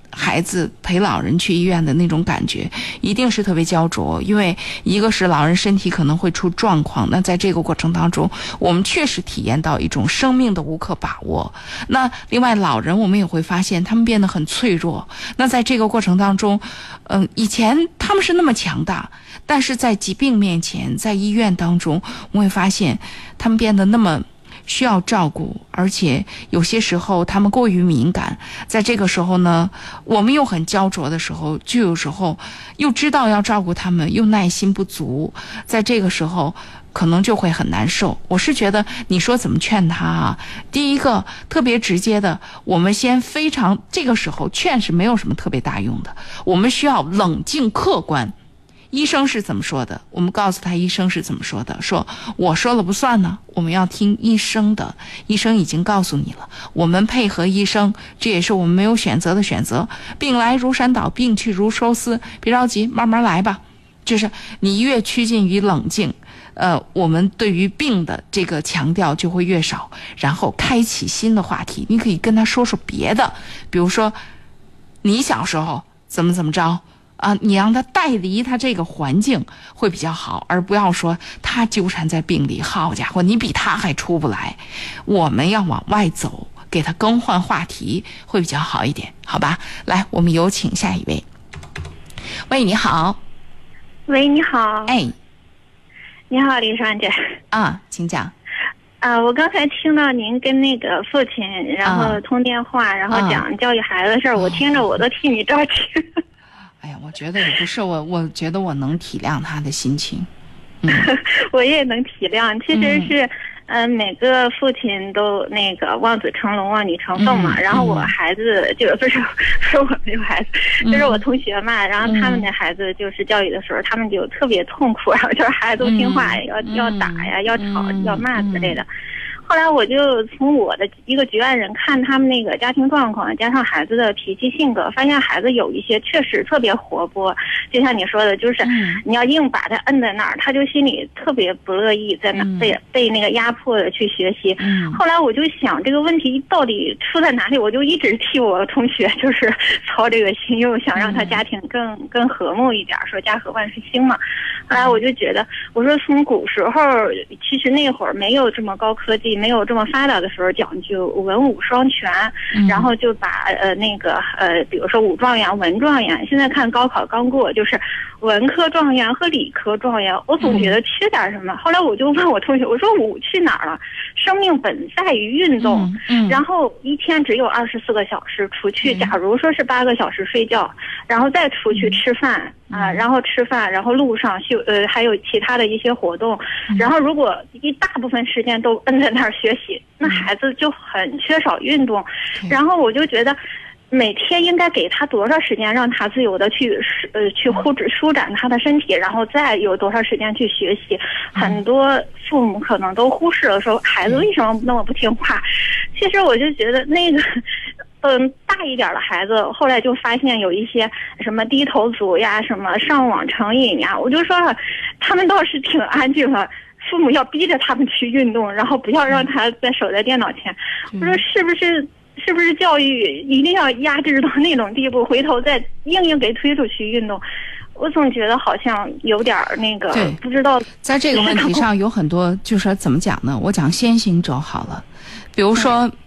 孩子陪老人去医院的那种感觉一定是特别焦灼，因为一个是老人身体可能会出状况，那在这个过程当中我们确实体验到一种生命的无可把握。那另外老人我们也会发现他们变得很脆弱，那在这个过程当中以前他们是那么强大，但是在疾病面前，在医院当中我们会发现他们变得那么需要照顾，而且有些时候他们过于敏感，在这个时候呢我们又很焦灼的时候，就有时候又知道要照顾他们又耐心不足，在这个时候可能就会很难受。我是觉得你说怎么劝他啊，第一个特别直接的，我们先非常这个时候劝是没有什么特别大用的，我们需要冷静客观。医生是怎么说的，我们告诉他医生是怎么说的，说我说了不算呢，我们要听医生的，医生已经告诉你了，我们配合医生，这也是我们没有选择的选择，病来如山倒，病去如抽丝，别着急，慢慢来吧。就是你越趋近于冷静，我们对于病的这个强调就会越少，然后开启新的话题，你可以跟他说说别的，比如说你小时候怎么着你让他带离他这个环境会比较好，而不要说他纠缠在病里，好家伙，你比他还出不来。我们要往外走，给他更换话题会比较好一点，好吧？来，我们有请下一位。喂，你好。 喂，你好。 哎， 你好，李双姐。 请讲。 我刚才听到您跟那个父亲，然后通电话，然后讲教育孩子的事儿，我听着我都替你着急。 哎呀，我觉得也不是，我觉得我能体谅他的心情。 我也能体谅，其实是每个父亲都那个望子成龙望女成凤嘛，然后我孩子就不是我没有孩子，就是我同学嘛，然后他们的孩子就是教育的时候他们就特别痛苦，然后就是孩子都听话要打呀，要吵要骂之类的。后来我就从我的一个局外人看他们那个家庭状况，加上孩子的脾气性格，发现孩子有一些确实特别活泼，就像你说的，就是你要硬把他摁在那儿，他就心里特别不乐意，在那被那个压迫的去学习。后来我就想这个问题到底出在哪里，我就一直替我同学就是操这个心，又想让他家庭更和睦一点，说家和万事兴嘛。后来我就觉得，我说从古时候其实那会儿没有这么高科技，没有这么发达的时候，讲究文武双全，然后就把比如说武状元、文状元，现在看高考刚过，就是文科状元和理科状元，我总觉得缺点什么。后来我就问我同学，我说武去哪儿了？生命本在于运动，然后一天只有24个小时，除去假如说是8个小时睡觉，然后再出去吃饭然后吃饭，然后路上还有其他的一些活动，然后如果一大部分时间都摁在那儿学习，那孩子就很缺少运动。然后我就觉得每天应该给他多少时间让他自由的去舒展他的身体，然后再有多少时间去学习。很多父母可能都忽视了，说孩子为什么那么不听话。其实我就觉得那个大一点的孩子后来就发现有一些什么低头族呀，什么上网成瘾呀，我就说他们倒是挺安静的，父母要逼着他们去运动，然后不要让他守在电脑前。我说是不是教育一定要压制到那种地步，回头再硬给推出去运动？我总觉得好像有点那个，不知道在这个问题上有很多，就是怎么讲呢？我讲先行者好了，比如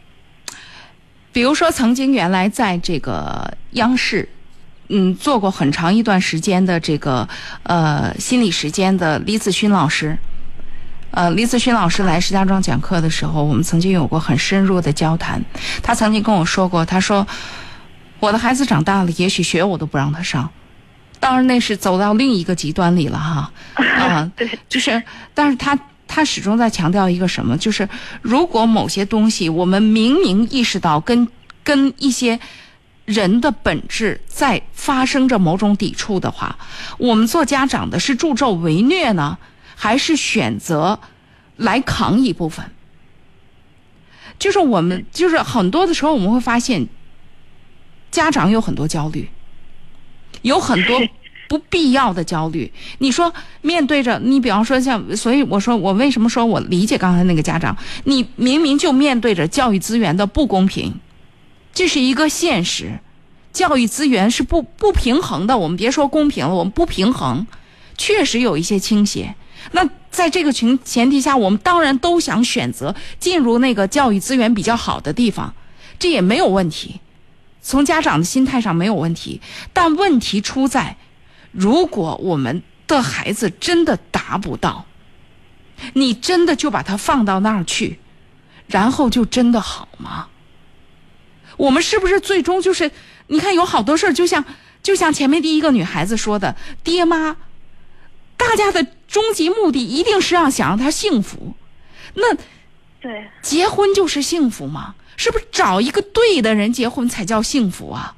说曾经原来在这个央视做过很长一段时间的这个心理时间的李子勋老师。李子勋老师来石家庄讲课的时候，我们曾经有过很深入的交谈。他曾经跟我说过，他说我的孩子长大了，也许学我都不让他上。当然那是走到另一个极端里了哈。 对， 就是但是他始终在强调一个什么，就是如果某些东西我们明明意识到跟一些人的本质在发生着某种抵触的话，我们做家长的是助纣为虐呢，还是选择来扛一部分？就是我们就是很多的时候我们会发现家长有很多焦虑，有很多不必要的焦虑。你说面对着你比方说像，所以我说我为什么说我理解刚才那个家长，你明明就面对着教育资源的不公平，这是一个现实， 教育资源是不平衡的，我们别说公平了，我们不平衡，确实有一些倾斜。那在这个前提下，我们当然都想选择进入那个教育资源比较好的地方，这也没有问题，从家长的心态上没有问题。但问题出在，如果我们的孩子真的达不到，你真的就把他放到那儿去，然后就真的好吗？我们是不是最终就是你看有好多事儿，就像前面第一个女孩子说的，爹妈大家的终极目的一定是想让他幸福，那对结婚就是幸福吗？是不是找一个对的人结婚才叫幸福啊？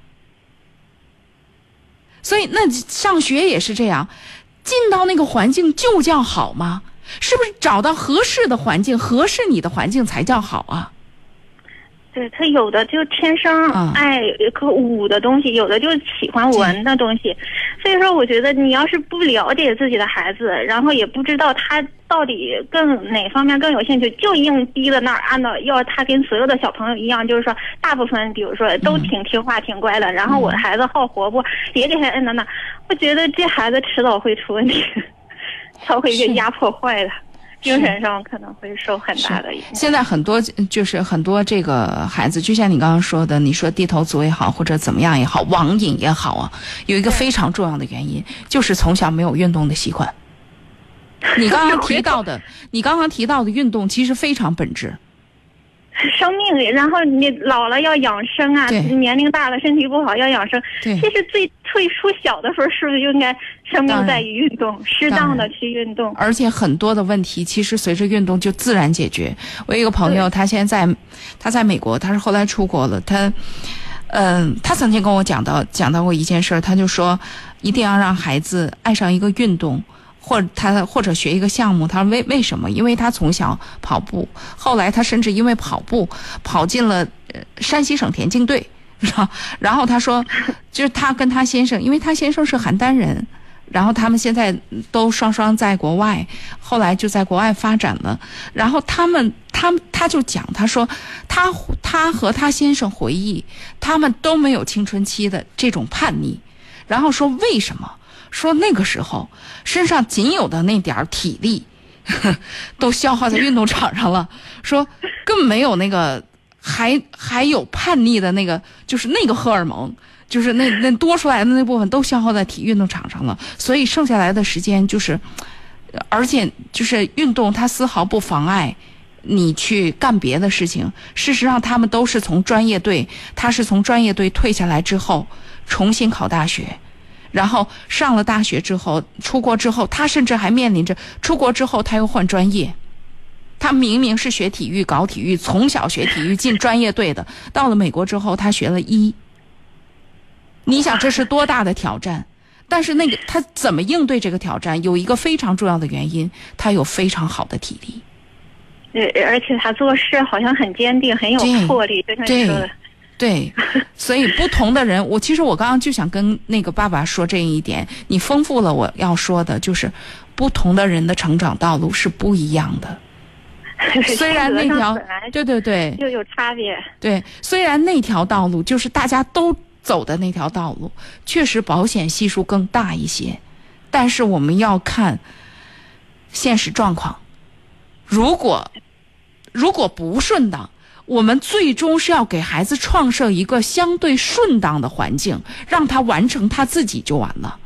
所以那上学也是这样，进到那个环境就叫好吗？是不是找到合适的环境，合适你的环境才叫好啊？ 对，他有的就天生爱个舞的东西，有的就喜欢文的东西。所以说我觉得你要是不了解自己的孩子，然后也不知道他到底哪方面更有兴趣，就硬逼在那儿按照要他跟所有的小朋友一样，就是说大部分比如说都挺听话挺乖的，然后我的孩子好活泼，也给他摁到那，我觉得这孩子迟早会出问题，他会被压迫坏的，精神上可能会受很大的影响。 现在很多这个孩子，就像你刚刚说的，你说低头族也好，或者怎么样也好，网瘾也好啊，有一个非常重要的原因，就是从小没有运动的习惯。你刚刚提到的运动其实非常本质。 生命，然后你老了要养生啊，年龄大了身体不好要养生。其实最初小的时候，是不是就应该生命在于运动，适当的去运动？而且很多的问题其实随着运动就自然解决。我有一个朋友，他在美国，他是后来出国了，他曾经跟我讲到过一件事，他就说一定要让孩子爱上一个运动。或者学一个项目，他为什么？因为他从小跑步，后来他甚至因为跑步跑进了山西省田径队，然后他说，就是他跟他先生，因为他先生是邯郸人，然后他们现在都双在国外，后来就在国外发展了。然后他就讲，他说他和他先生回忆，他们都没有青春期的这种叛逆，然后说为什么？说那个时候身上仅有的那点体力都消耗在运动场上了，说根本没有那个还有叛逆的那个，就是那个荷尔蒙，就是那多出来的那部分都消耗在运动场上了，所以剩下来的时间就是，而且就是运动它丝毫不妨碍你去干别的事情。事实上他们都是从专业队退下来之后重新考大学，然后上了大学之后，出国之后，他甚至还面临着出国之后他又换专业。他明明是学体育搞体育，从小学体育进专业队的，到了美国之后他学了医。你想这是多大的挑战？但是那个他怎么应对这个挑战，有一个非常重要的原因，他有非常好的体力。 而且他做事好像很坚定，很有魄力，就像你说的。 对，所以不同的人，其实我刚刚就想跟那个爸爸说这一点，你丰富了我要说的，就是不同的人的成长道路是不一样的。虽然那条对就有差别。 对，虽然那条道路就是大家都走的那条道路，确实保险系数更大一些，但是我们要看现实状况。如果不顺当，我们最终是要给孩子创设一个相对顺当的环境，让他完成他自己就完了。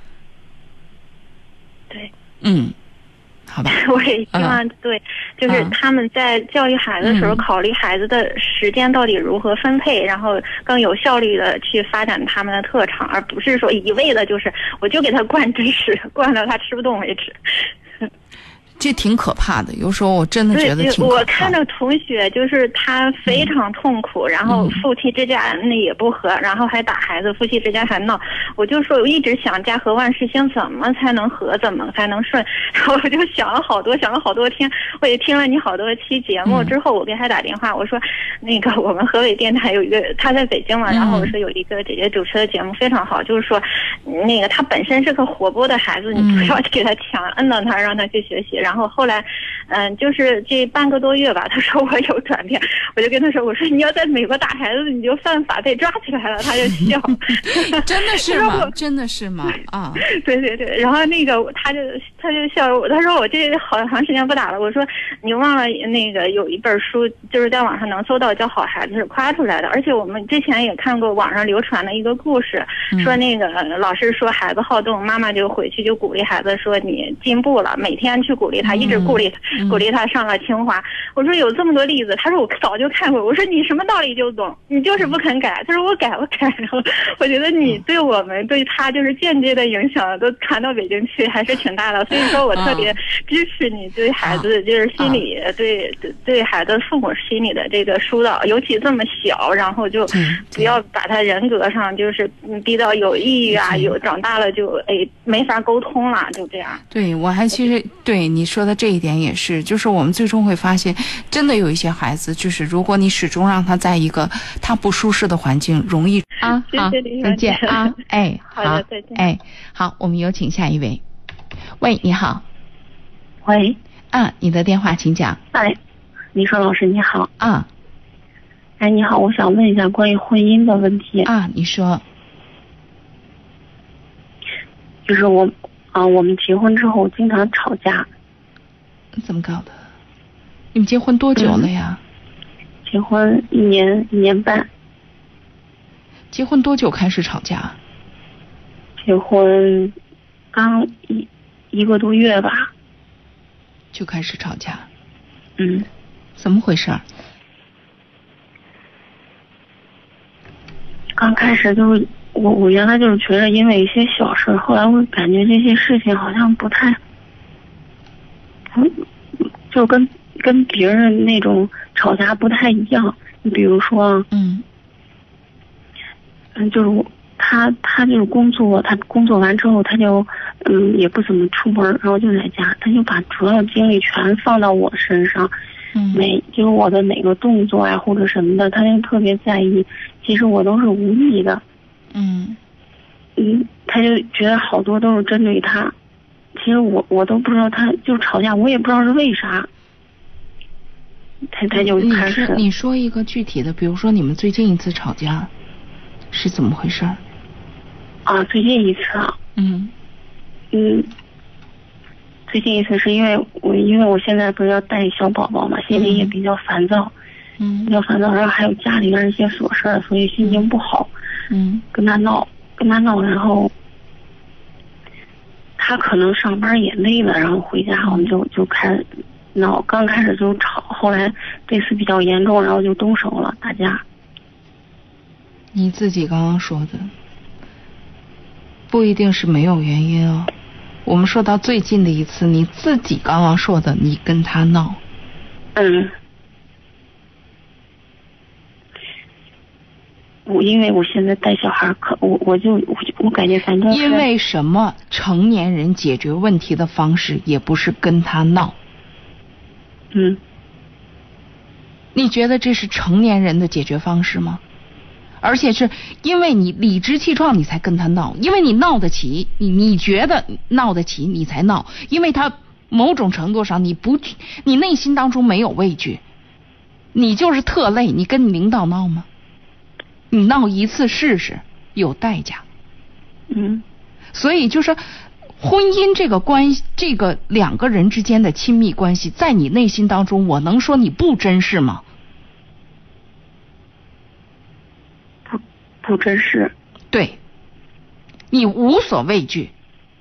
对， 好吧。 我也希望对，就是他们在教育孩子的时候，考虑孩子的时间到底如何分配，然后更有效率的去发展他们的特长，而不是说一味的就是我就给他灌知识，灌到他吃不动为止。 这挺可怕的，有时候我真的觉得挺可怕的。 我看着同学，就是他非常痛苦，然后夫妻之间也不和，然后还打孩子，夫妻之间还闹。我就说，我一直想家和万事兴，怎么才能和，怎么才能顺？然后我就想了好多天，我也听了你好多期节目之后，我给他打电话，我说那个我们河北电台有一个，他在北京嘛，然后我说有一个姐姐主持的节目非常好，就是说那个他本身是个活泼的孩子，你不要给他强摁到他，让他去学习。然后后来就是这半个多月吧，他说我有转变，我就跟他说，我说你要在美国打孩子你就犯法被抓起来了，他就笑。 真的是吗？真的是吗？啊， 对对对，然后那个他就笑我，他说我这好长时间不打了，我说你忘了那个有一本书就是在网上能搜到叫《好孩子是夸出来的》，而且我们之前也看过网上流传的一个故事，说那个老师说孩子好动，妈妈就回去就鼓励孩子说你进步了，每天去鼓励他，一直鼓励他上了清华。我说有这么多例子，他说我早就看过。我说你什么道理就懂，你就是不肯改。他说我改。然后我觉得你对我们对他就是间接的影响都传到北京去，还是挺大的。所以说我特别支持你对孩子就是心理对孩子父母心理的这个疏导，尤其这么小，然后就不要把他人格上就是逼到有抑郁啊，有长大了就没法沟通了，就这样。 对，我还其实对你说的这一点也是，就是我们最终会发现，真的有一些孩子，就是如果你始终让他在一个他不舒适的环境，容易好，再见啊， 好的，再见， 好，我们有请下一位。喂，你好。 喂， 你的电话请讲。 你说老师你好。 你好，我想问一下关于婚姻的问题。 你说。 就是我们结婚之后经常吵架。 怎么搞的？你们结婚多久了呀？ 结婚一年半。 结婚多久开始吵架？ 结婚刚一个多月吧。 就开始吵架。怎么回事？ 刚开始就是我原来就是觉得因为一些小事，后来我感觉这些事情好像不太，就跟别人那种吵架不太一样。你比如说，就是他就是工作，他工作完之后他就也不怎么出门，然后就在家，他就把主要精力全放到我身上。就是我的哪个动作啊或者什么的，他就特别在意。其实我都是无意的。他就觉得好多都是针对他。其实我都不知道，他就吵架，我也不知道是为啥。他就开始。 你说一个具体的，比如说你们最近一次吵架是怎么回事？ 最近一次最近一次是因为我现在不是要带小宝宝嘛，心里也比较烦躁，比较烦躁，然后还有家里边一些琐事，所以心情不好，跟他闹，然后他可能上班也累了，然后回家我们就开始闹，刚开始就吵，后来这次比较严重，然后就动手了，打架。 你自己刚刚说的，不一定是没有原因哦。我们说到最近的一次，你自己刚刚说的，你跟他闹。 因为我现在带小孩，我感觉反正因为什么？成年人解决问题的方式也不是跟他闹。你觉得这是成年人的解决方式吗？而且是因为你理直气壮你才跟他闹，因为你闹得起，你觉得闹得起你才闹，因为他某种程度上你内心当中没有畏惧，你就是特累，你跟你领导闹吗？你闹一次试试，有代价。所以就是婚姻这个关系，这个两个人之间的亲密关系，在你内心当中，我能说你不珍视吗？ 不珍视。 对，你无所畏惧。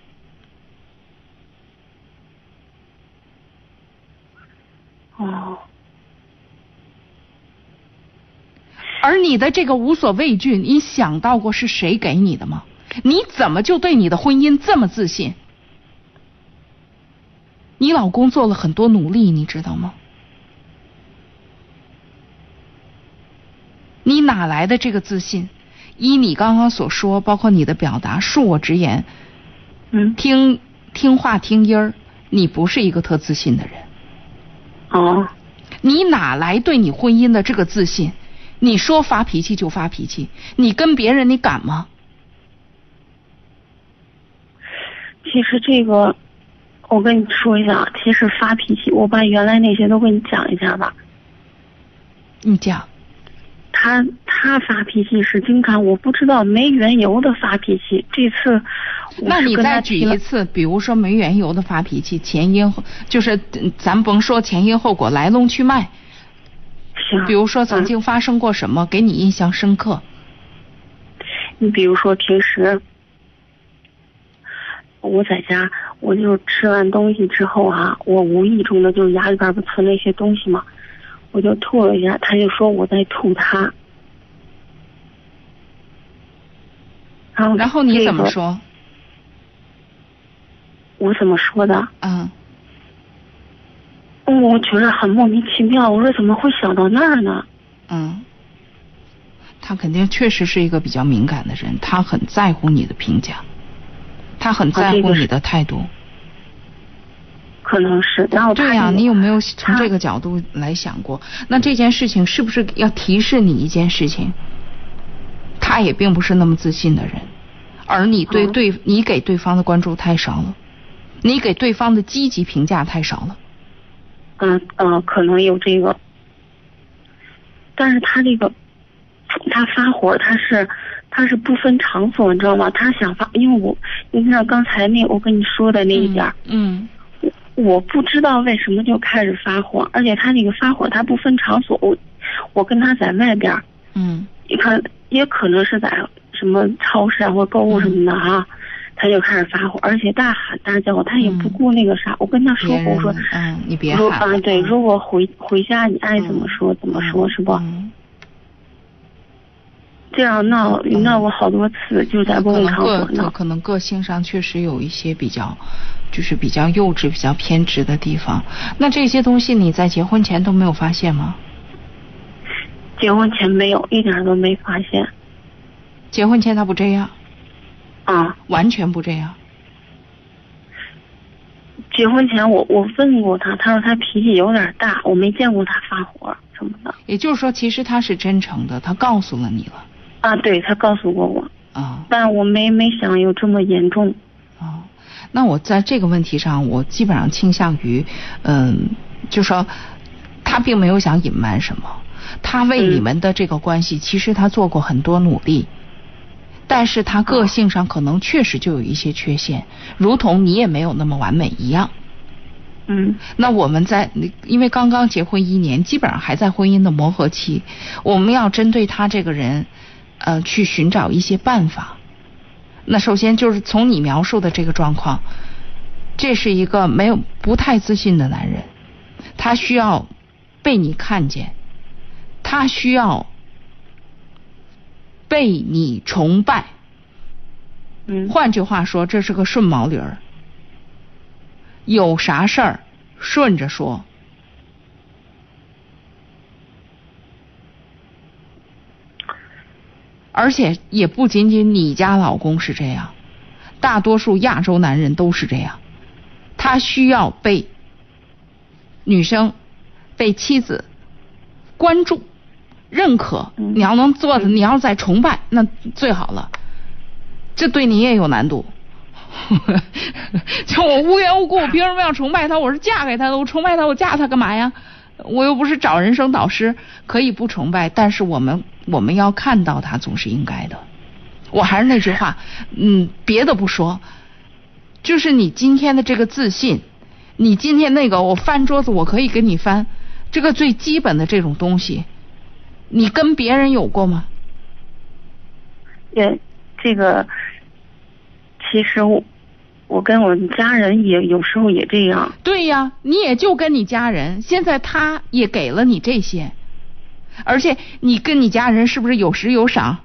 而你的这个无所畏惧，你想到过是谁给你的吗？你怎么就对你的婚姻这么自信？你老公做了很多努力，你知道吗？你哪来的这个自信？依你刚刚所说，包括你的表达，恕我直言，听话听音儿，你不是一个特自信的人。你哪来对你婚姻的这个自信？你说发脾气就发脾气，你跟别人你敢吗？ 其实这个我跟你说一下，其实发脾气，我把原来那些都跟你讲一下吧。 你讲。 他发脾气是经常我不知道没缘由的发脾气，这次那你再举一次，比如说没缘由的发脾气，前因就是咱甭说前因后果来龙去脉， 行， 比如说曾经发生过什么给你印象深刻。 你比如说平时我在家，我就吃完东西之后啊，我无意中的就牙里边不存了一些东西嘛，我就吐了一下，他就说我在吐他。 然后你怎么说？ 我怎么说的？我觉得很莫名其妙，我说怎么会想到那儿呢？ 他肯定确实是一个比较敏感的人，他很在乎你的评价，他很在乎你的态度。 可能是，然后对呀，你有没有从这个角度来想过？那这件事情是不是要提示你一件事情？他也并不是那么自信的人，而你你给对方的关注太少了，你给对方的积极评价太少了。 可能有这个，但是他这个，他发火，他是不分场所，你知道吗？他想发，因为你知道刚才我跟你说的那一点，我不知道为什么就开始发火，而且他那个发火他不分场所，我跟他在外边，你看也可能是在什么超市啊或购物什么的哈，他就开始发火，而且大喊大叫，他也不顾那个啥。我跟他说过，我说你别喊， 对，如果回家你爱怎么说怎么说，是不？这样闹我好多次，就在公共场所闹。 可能个性上确实有一些比较幼稚、比较偏执的地方。那这些东西你在结婚前都没有发现吗？ 结婚前没有，一点都没发现。 结婚前他不这样？完全不这样。 结婚前我问过他，他说他脾气有点大，我没见过他发火什么的。 也就是说，其实他是真诚的，他告诉了你了。 对，他告诉过我。但我没想有这么严重。 那我在这个问题上，我基本上倾向于，就说他并没有想隐瞒什么，他为你们的这个关系，其实他做过很多努力。但是他个性上可能确实就有一些缺陷，如同你也没有那么完美一样。那我们因为刚刚结婚1年，基本上还在婚姻的磨合期，我们要针对他这个人，去寻找一些办法。那首先就是从你描述的这个状况，这是一个不太自信的男人，他需要被你看见，他需要被你崇拜。换句话说，这是个顺毛驴儿，有啥事儿顺着说。而且也不仅仅你家老公是这样，大多数亚洲男人都是这样，他需要被女生、被妻子关注、认可。你要能做的，你要再崇拜，那最好了。这对你也有难度。就我无缘无故，我凭什么要崇拜他？我是嫁给他的，我崇拜他，我嫁他干嘛呀？我又不是找人生导师，可以不崇拜，但是我们要看到他总是应该的。我还是那句话，别的不说，就是你今天的这个自信，你今天那个我翻桌子我可以跟你翻，这个最基本的这种东西，你跟别人有过吗？ 这个其实我跟我家人也有时候也这样。 对呀，你也就跟你家人，现在他也给了你这些，而且你跟你家人是不是有时有赏？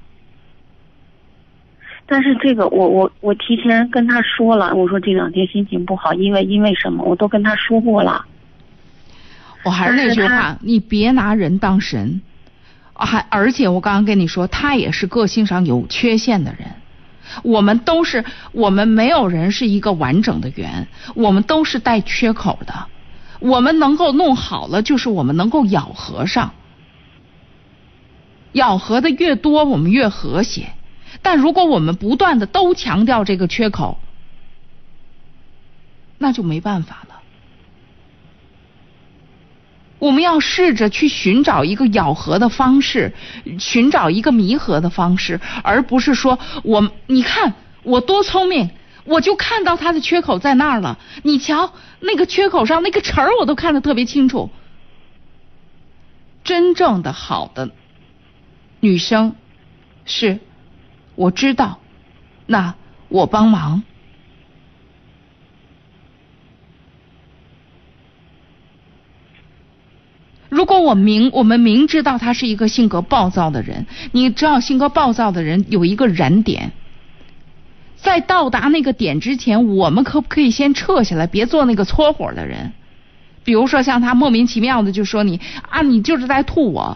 但是这个我提前跟他说了，我说这2天心情不好，因为什么，我都跟他说过了。 我还是那句话，你别拿人当神。而且我刚刚跟你说，他也是个性上有缺陷的人。我们没有人是一个完整的圆，我们都是带缺口的。我们能够弄好了，就是我们能够咬合上，咬合的越多，我们越和谐。但如果我们不断的都强调这个缺口， 那就没办法了。我们要试着去寻找一个咬合的方式，寻找一个弥合的方式，而不是说你看我多聪明，我就看到他的缺口在那儿了，你瞧那个缺口上那个齿儿我都看得特别清楚。真正的好的女生是我知道，那我帮忙。如果我们明知道他是一个性格暴躁的人，你知道性格暴躁的人有一个燃点，在到达那个点之前，我们可不可以先撤下来，别做那个搓火的人？比如说像他莫名其妙的就说你就是在吐我。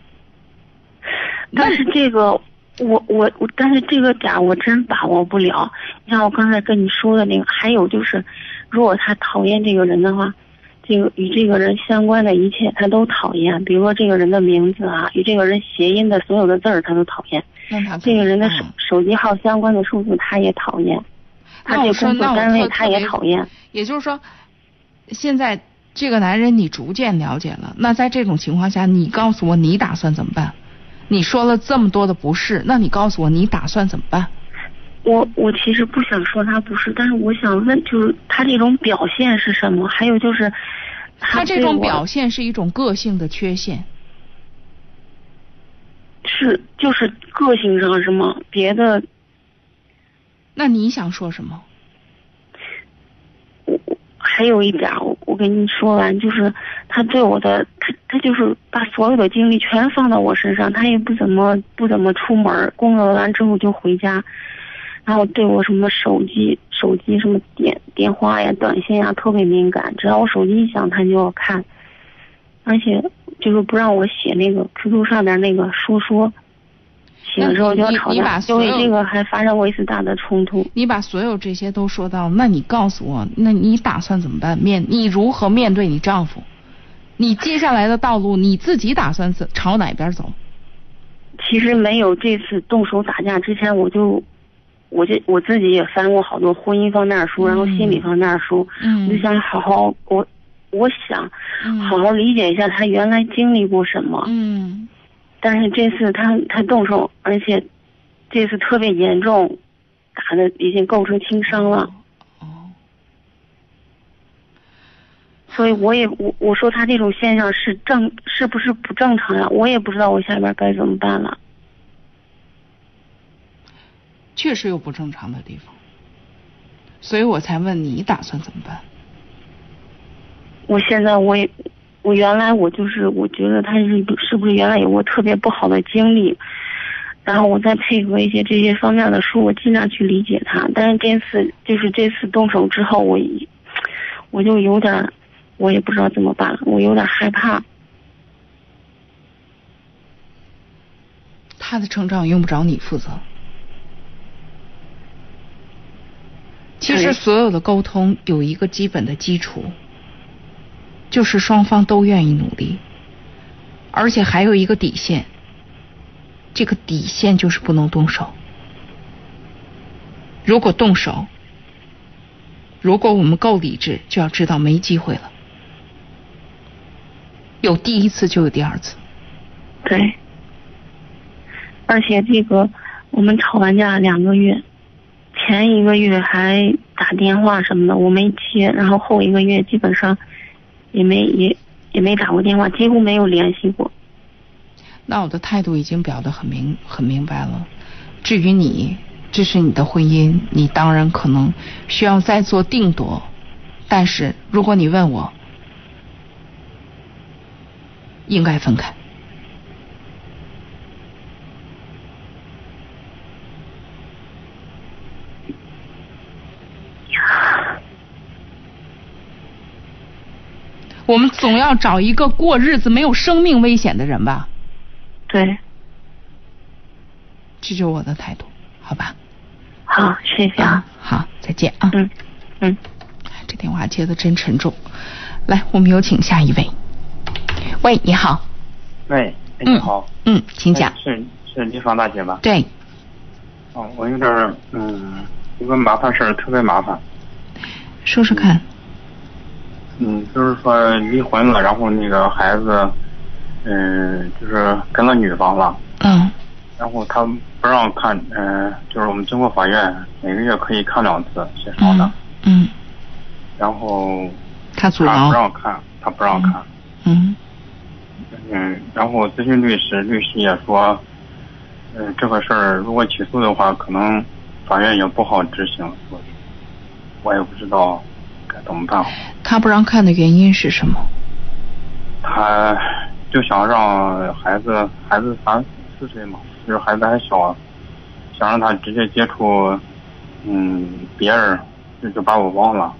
但是这个但是这个点我真把握不了。你像我刚才跟你说的那个，还有就是，如果他讨厌这个人的话，这个与这个人相关的一切他都讨厌，比如说这个人的名字啊，与这个人谐音的所有的字儿他都讨厌。这个人的手机号相关的数字他也讨厌，他这工作单位他也讨厌。 也就是说，现在这个男人你逐渐了解了，那在这种情况下，你告诉我你打算怎么办？你说了这么多的不是，那你告诉我你打算怎么办？ 我其实不想说他不是，但是我想问，就是他这种表现是什么？还有就是他这种表现是一种个性的缺陷。 是，就是个性上是吗？别的？ 那你想说什么？ 还有一点，我跟你说完，就是他对我的，他就是把所有的精力全放到我身上，他也不怎么出门，工作完之后就回家，然后对我什么手机什么电话呀、短信呀特别敏感，只要我手机一响他就要看，而且就是不让我写那个 QQ 上面那个说。写了之后就要吵架，因为这个还发生过一次大的冲突。 你把所有这些都说到，那你告诉我，那你打算怎么办？你如何面对你丈夫？你接下来的道路你自己打算朝哪边走？ 其实没有这次动手打架之前，我自己也翻过好多婚姻方面的书，然后心理方面的书，我就想好好我想好好理解一下他原来经历过什么。但是这次他动手，而且这次特别严重，打的已经构成轻伤了。所以我说他这种现象是不是不正常呀？我也不知道我下边该怎么办了。 确实有不正常的地方，所以我才问你打算怎么办。 我现在我原来我觉得他是不是原来有过特别不好的经历，然后我再配合一些这些方面的书，我尽量去理解他。但是这次动手之后，我就有点，我也不知道怎么办，我有点害怕。 他的成长用不着你负责。其实所有的沟通有一个基本的基础，就是双方都愿意努力，而且还有一个底线，这个底线就是不能动手。如果动手，如果我们够理智，就要知道没机会了。有第一次就有第二次。 对。而且这个我们吵完架2个月，前1个月还打电话什么的我没接，然后后1个月基本上也没打过电话，几乎没有联系过。 那我的态度已经表得很明白了。至于你，这是你的婚姻，你当然可能需要再做定夺。但是如果你问我，应该分开。我们总要找一个过日子没有生命危险的人吧。 对， 这就是我的态度，好吧？ 好，谢谢啊。 好，再见啊。这电话接得真沉重。来，我们有请下一位。喂，你好。 喂，你好。 请讲。 是丽芳大姐吧？ 对。 我有点有个麻烦事儿，特别麻烦。 说说看。 就是说离婚了，然后那个孩子，就是跟了女方了。然后他不让看，就是我们经过法院，每个月可以看2次协商的。然后他阻挠， 他不让看。然后咨询律师，律师也说，这个事儿如果起诉的话，可能法院也不好执行，我也不知道该怎么办好。 他不让看的原因是什么？ 他就想让孩子3、4岁嘛，就是孩子还小，想让他直接接触，别人，就把我忘了。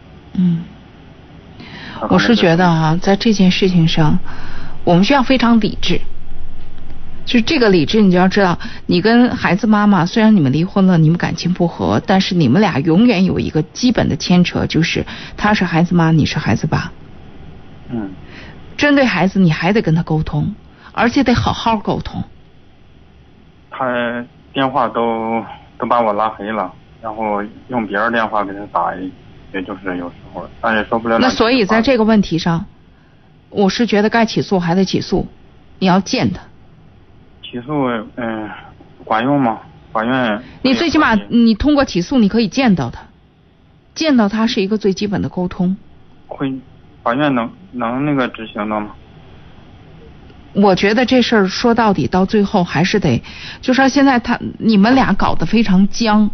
我是觉得啊，在这件事情上，我们需要非常理智。就这个理智，你就要知道，你跟孩子妈妈虽然你们离婚了，你们感情不和，但是你们俩永远有一个基本的牵扯，就是他是孩子妈，你是孩子爸。针对孩子，你还得跟他沟通，而且得好好沟通。 他电话都把我拉黑了，然后用别人电话给他打，也就是有时候，但也说不了。 那所以在这个问题上，我是觉得该起诉还得起诉，你要见他。 起诉，管用吗？法院？ 你最起码你通过起诉，你可以见到他，见到他是一个最基本的沟通。 法院能那个执行的吗？ 我觉得这事儿说到底到最后还是得，就说现在你们俩搞得非常僵。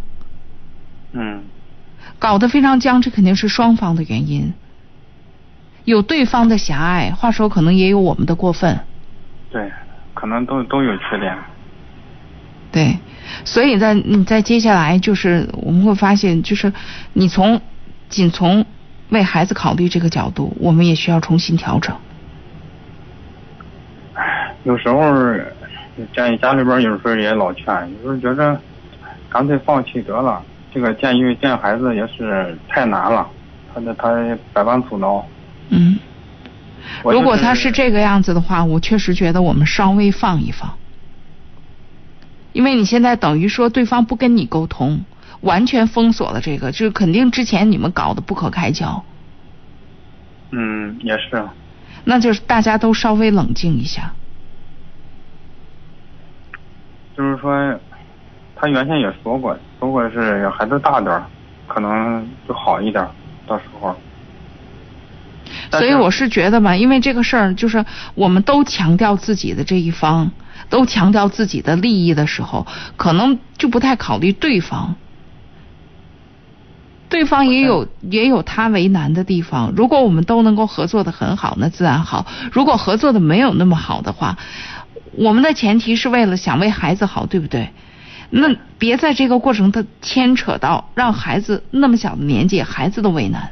搞得非常僵，这肯定是双方的原因。有对方的狭隘，话说可能也有我们的过分。 对，可能都有缺点。 对，所以你在接下来就是我们会发现，就是仅从为孩子考虑这个角度，我们也需要重新调整。 有时候家里边有时候也老劝，有时候觉着干脆放弃得了。这个见孩子也是太难了，他百般阻挠。 如果他是这个样子的话，我确实觉得我们稍微放一放，因为你现在等于说对方不跟你沟通，完全封锁了这个，就是肯定之前你们搞得不可开交。 也是。 那就是大家都稍微冷静一下。 就是说，他原先也说过是孩子大点可能就好一点，到时候。 所以我是觉得吧，因为这个事儿就是我们都强调自己的这一方，都强调自己的利益的时候，可能就不太考虑对方。对方也有他为难的地方。如果我们都能够合作的很好，那自然好。如果合作的没有那么好的话，我们的前提是为了想为孩子好，对不对？那别在这个过程的牵扯到让孩子那么小的年纪，孩子都为难。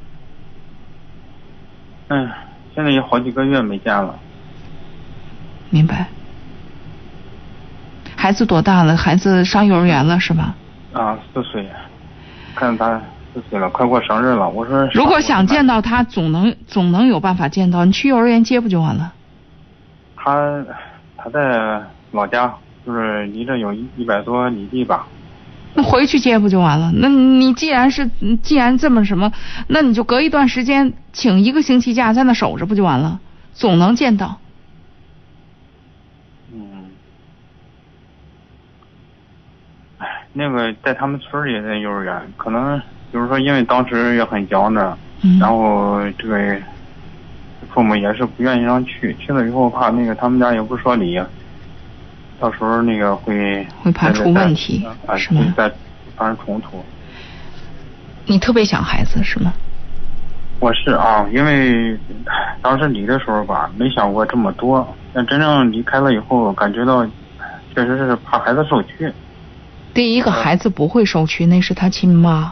现在也好几个月没见了。 明白。孩子多大了？孩子上幼儿园了是吧 ？4岁，看他4岁了，快过生日了。我说， 如果想见到他，总能有办法见到。你去幼儿园接不就完了？ 他在老家，就是离这有100多里地吧。 那回去接不就完了？那你既然这么什么，那你就隔一段时间请1个星期假，在那守着不就完了？总能见到。 那个在他们村里的幼儿园，可能就是说，因为当时也很僵着，然后这个父母也是不愿意让去了以后，怕那个他们家也不说理，到时候那个会怕出问题，是吗？ 再发生冲突。 你特别想孩子是吗？ 我是啊，因为当时离的时候吧，没想过这么多，但真正离开了以后，感觉到确实是怕孩子受屈。 第一个，孩子不会受屈，那是他亲妈。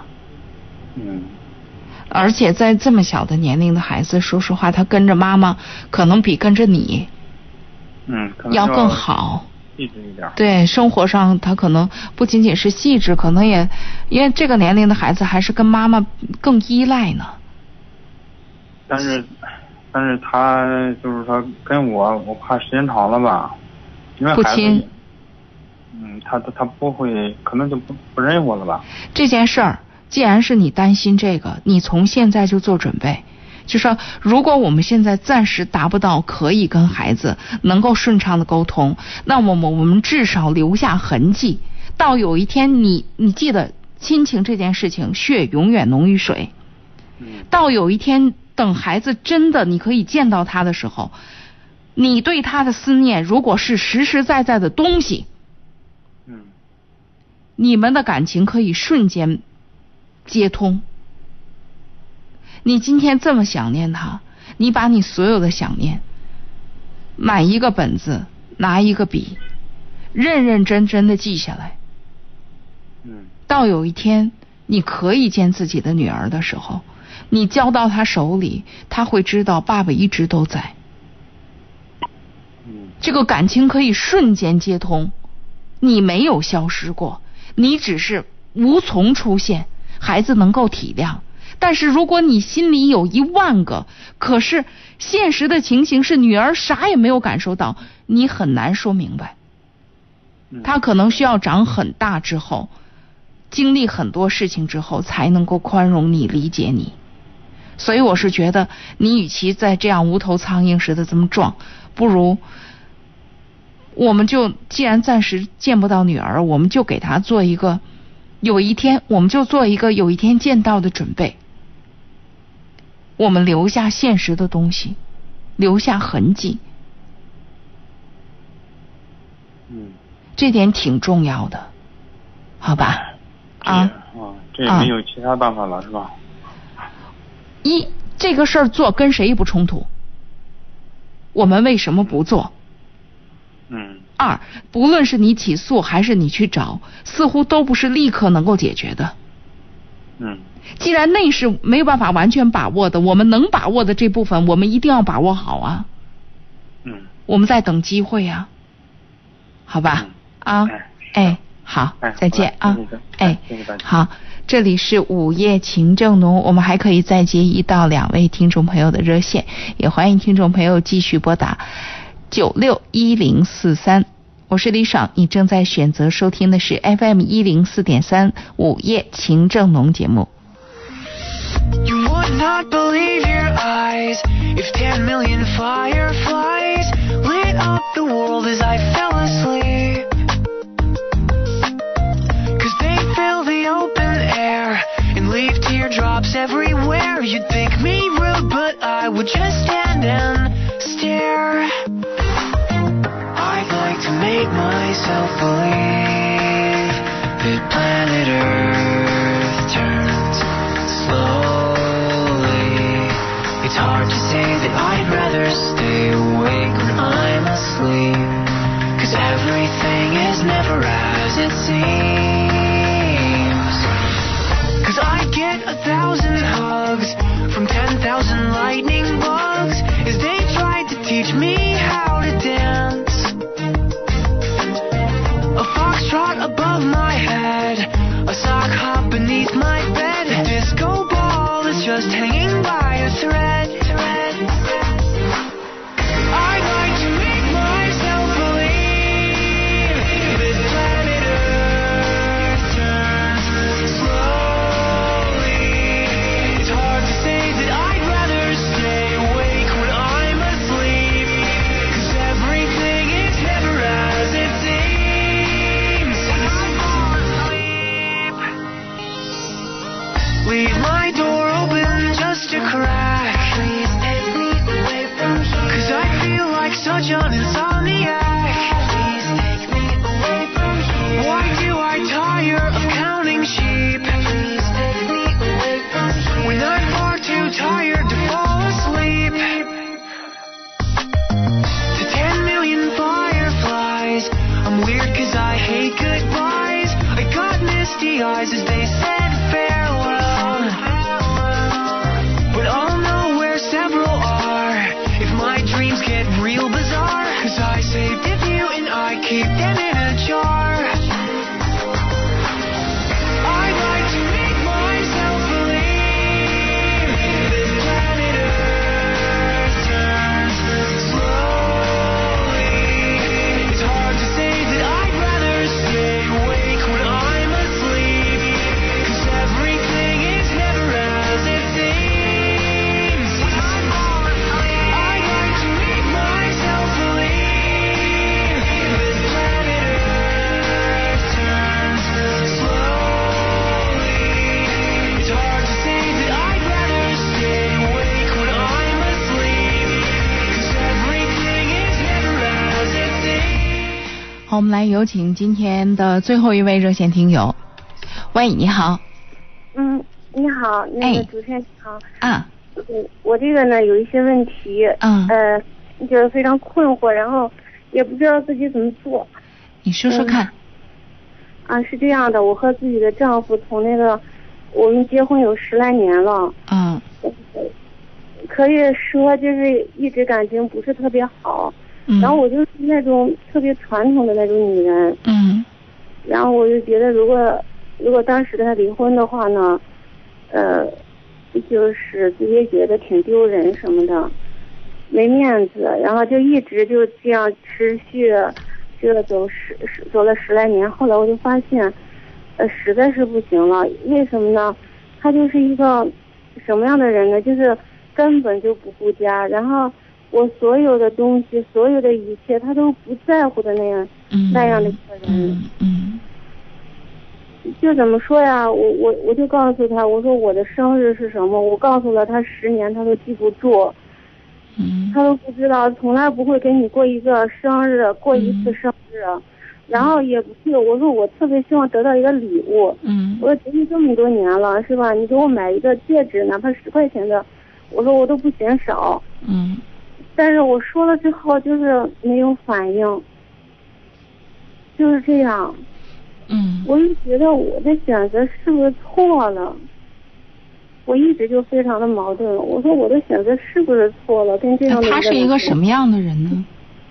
而且在这么小的年龄的孩子，说实话，他跟着妈妈可能比跟着你，要更好， 细致一点。 对，生活上他可能不仅仅是细致，可能也因为这个年龄的孩子还是跟妈妈更依赖呢。 但是他就是说跟我怕时间长了吧，因为孩子不亲。 他不会，可能就不认我了吧？ 这件事儿既然是你担心这个，你从现在就做准备，就说如果我们现在暂时达不到可以跟孩子能够顺畅的沟通，那么我们至少留下痕迹，到有一天你记得亲情这件事情，血永远浓于水，到有一天等孩子真的你可以见到他的时候，你对他的思念如果是实实在在的东西，你们的感情可以瞬间接通。你今天这么想念他，你把你所有的想念买一个本子，拿一个笔，认认真真的记下来。到有一天你可以见自己的女儿的时候，你交到他手里，他会知道爸爸一直都在。这个感情可以瞬间接通，你没有消失过，你只是无从出现，孩子能够体谅。但是如果你心里有10000个，可是现实的情形是女儿啥也没有感受到，你很难说明白。她可能需要长很大之后，经历很多事情之后，才能够宽容你、理解你。所以我是觉得，你与其在这样无头苍蝇似的这么撞，不如我们就既然暂时见不到女儿，我们就给她做一个有一天见到的准备。我们留下现实的东西，留下痕迹，这点挺重要的，好吧？ 这也没有其他办法了，是吧？ 这个事儿做跟谁不冲突？我们为什么不做？2，不论是你起诉还是你去找，似乎都不是立刻能够解决的。既然那是没有办法完全把握的，我们能把握的这部分，我们一定要把握好啊。我们在等机会啊，好吧？好，再见啊！好，这里是午夜情正浓，我们还可以再接1到2位听众朋友的热线，也欢迎听众朋友继续拨打961043。我是李爽，你正在选择收听的是 FM 104.3午夜情正浓节目。 You would not believe your eyes if 10 million fireflies lit up the world as I fell asleep. 'Cause they fill the open air and leave teardrops everywhere. You'd think me rude, but I would just stand and stare. I'd like to make myself believe that planet Earth turns slowly. It's hard to say that I'd rather stay awake when I'm asleep, 'cause everything is never as it seems. 'Cause I get 1,000 hugs from 10,000 lightning bugs as they tried to teach me how to dance. A foxtrot above my head, a sock hop beneath my bed, a disco ball is just hanging by a thread. I'd like to make myself believe that planet Earth turns slowly. It's hard to say that I'd rather stay awake when I'm asleep, 'cause everything is never as it seems. Leave my door open just a crack, 'cause I feel like such an insomniac. Why do I tire of counting sheep when I'm far too tired to fall asleep? To 10 million fireflies, I'm weird 'cause I hate goodbyes. I got misty eyes as they said farewell, but I'll know where several are if my dreams get real bizarre, 'cause I saved a few and I keep them in a jar. I'd like to make myself believe that planet Earth turns slowly. It's hard to say that I'd rather stay awake when I'm asleep, 'cause everything 好，我们来有请今天的最后一位热线听友。喂，你好。 你好，那个主持人好。 啊。 我这个呢有一些问题，就是非常困惑，然后也不知道自己怎么做。 你说说看。 是这样的，我和自己的丈夫从那个我们结婚有10来年了。可以说就是一直感情不是特别好。然后我就是那种特别传统的那种女人。然后我就觉得如果当时跟他离婚的话呢，就是自己也觉得挺丢人什么的，没面子，然后就一直就这样持续这个走了10来年。后来我就发现实在是不行了。为什么呢？他就是一个什么样的人呢？就是根本就不顾家，然后我所有的东西所有的一切他都不在乎的那样的一个人。就怎么说呀，我就告诉他，我说我的生日是什么，我告诉了他10年他都记不住。他都不知道，从来不会给你过一个生日，过一次生日，然后也不是，我说我特别希望得到一个礼物。我说结婚这么多年了，是吧？你给我买一个戒指，哪怕10块钱的，我说我都不嫌少。但是我说了之后就是没有反应，就是这样。我就觉得我的选择是不是错了？我一直就非常的矛盾。我说我的选择是不是错了？跟这样的他是一个什么样的人呢？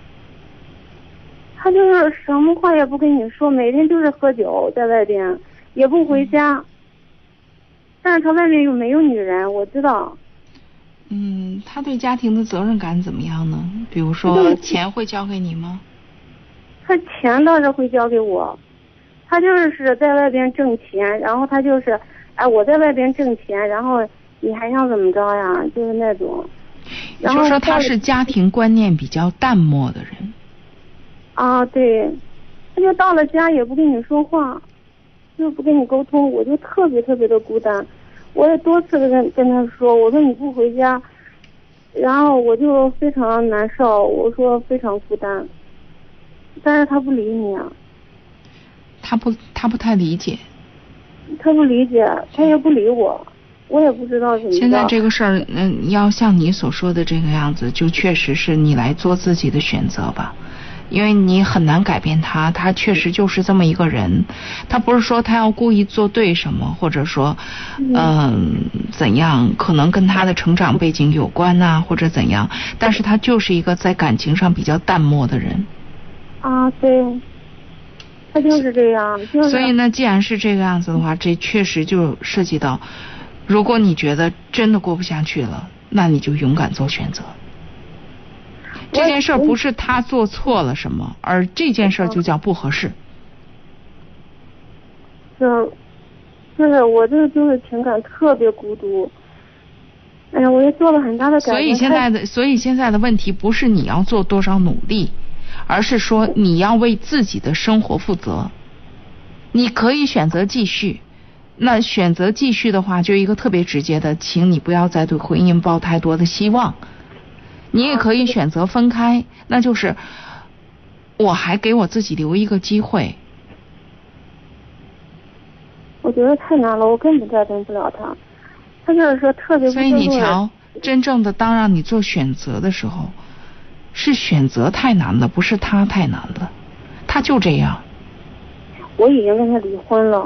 他就是什么话也不跟你说，每天就是喝酒，在外边也不回家。但是他外面又没有女人，我知道。 他对家庭的责任感怎么样呢？比如说钱会交给你吗？ 他钱倒是会交给我，他就是在外边挣钱，然后他就是我在外边挣钱，然后你还想怎么着呀？就是那种。然后就说他是家庭观念比较淡漠的人。 对，他就到了家也不跟你说话，就不跟你沟通，我就特别特别的孤单。我也多次的跟他说，我说你不回家，然后我就非常难受，我说非常孤单，但是他不理你啊。 他不太理解。 他不理解，他也不理我，我也不知道怎么。 现在这个事儿，要像你所说的这个样子，就确实是你来做自己的选择吧。因为你很难改变他，他确实就是这么一个人，他不是说他要故意做对什么，或者说怎样，可能跟他的成长背景有关啊，或者怎样，但是他就是一个在感情上比较淡漠的人。 对，他就是这样。 所以呢，既然是这个样子的话，这确实就涉及到，如果你觉得真的过不下去了，那你就勇敢做选择。这件事不是他做错了什么，而这件事就叫不合适。 就是我这就是情感特别孤独。哎呀，我也做了很大的改变。 所以现在的问题不是你要做多少努力，而是说你要为自己的生活负责。你可以选择继续，那选择继续的话，就一个特别直接的，请你不要再对婚姻抱太多的希望。你也可以选择分开，那就是我还给我自己留一个机会。 我觉得太难了，我根本改变不了他。他就是说特别不尊重人。所以你瞧， 真正的当让你做选择的时候，是选择太难了，不是他太难了，他就这样。 我已经跟他离婚了。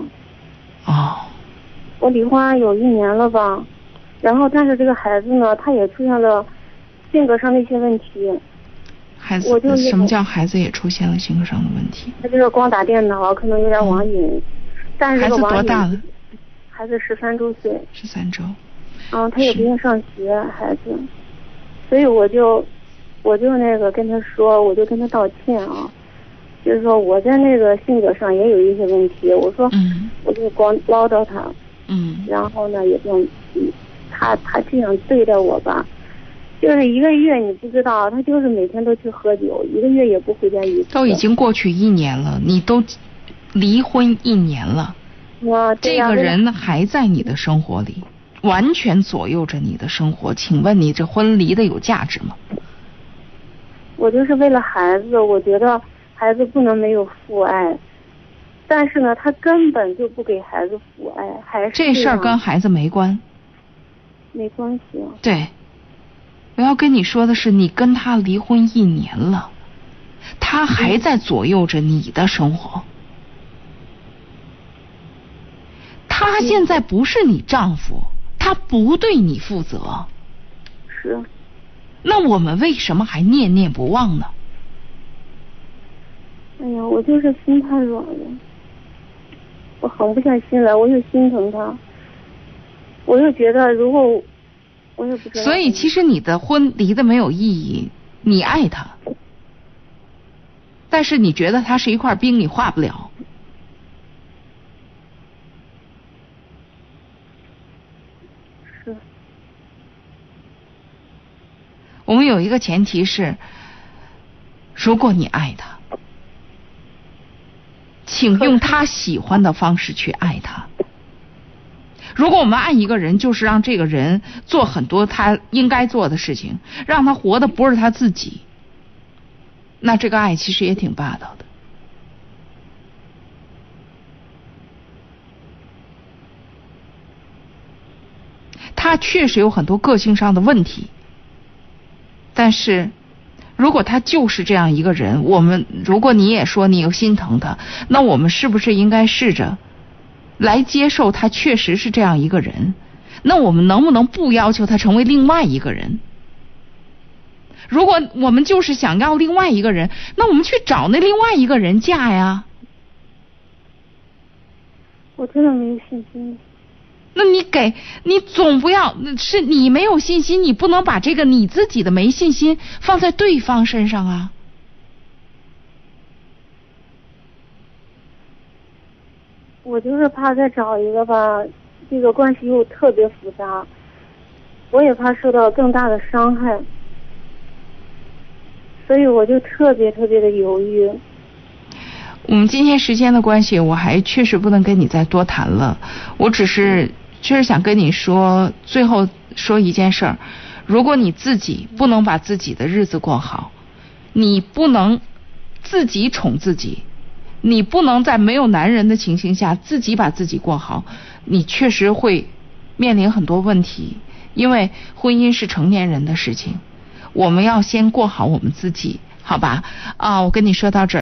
我离婚有1年了吧，然后但是这个孩子呢，他也出现了性格上的一些问题。 孩子，什么叫孩子也出现了性格上的问题？ 他就是光打电脑，可能有点网瘾。但是这个网瘾。孩子多大了？孩子13周岁。 13周。 他也不愿上学，孩子。所以我就那个跟他说，我就跟他道歉啊，就是说我在那个性格上也有一些问题。我说，我就光唠叨他。然后呢，也就他这样对待我吧。就是1个月你不知道，他就是每天都去喝酒，1个月也不回家一次。 都已经过去1年了，你都离婚1年了，这个人还在你的生活里，完全左右着你的生活。请问你这婚离的有价值吗？ 我就是为了孩子，我觉得孩子不能没有父爱，但是呢，他根本就不给孩子父爱，还是这事儿跟孩子没关， 没关系啊。 对，我要跟你说的是，你跟他离婚1年了，他还在左右着你的生活。他现在不是你丈夫，他不对你负责。 是。 那我们为什么还念念不忘呢？ 哎呀，我就是心太软了，我狠不下心来，我又心疼他，我又觉得如果我也不知道。 所以其实你的婚离得没有意义，你爱他，但是你觉得他是一块冰，你化不了。 是。 我们有一个前提是，如果你爱他，请用他喜欢的方式去爱他。如果我们爱一个人，就是让这个人做很多他应该做的事情，让他活的不是他自己，那这个爱其实也挺霸道的。他确实有很多个性上的问题，但是如果他就是这样一个人，如果你也说你又心疼他，那我们是不是应该试着来接受他确实是这样一个人？那我们能不能不要求他成为另外一个人？如果我们就是想要另外一个人，那我们去找那另外一个人嫁呀。 我真的没有信心。 那你总不要是你没有信心，你不能把这个你自己的没信心放在对方身上啊。 我就是怕再找一个吧，这个关系又特别复杂，我也怕受到更大的伤害，所以我就特别的犹豫。 我们今天时间的关系，我还确实不能跟你再多谈了，我只是确实想跟你说，最后说一件事儿，如果你自己不能把自己的日子过好，你不能自己宠自己，你不能在没有男人的情形下自己把自己过好，你确实会面临很多问题，因为婚姻是成年人的事情，我们要先过好我们自己，好吧？我跟你说到这儿。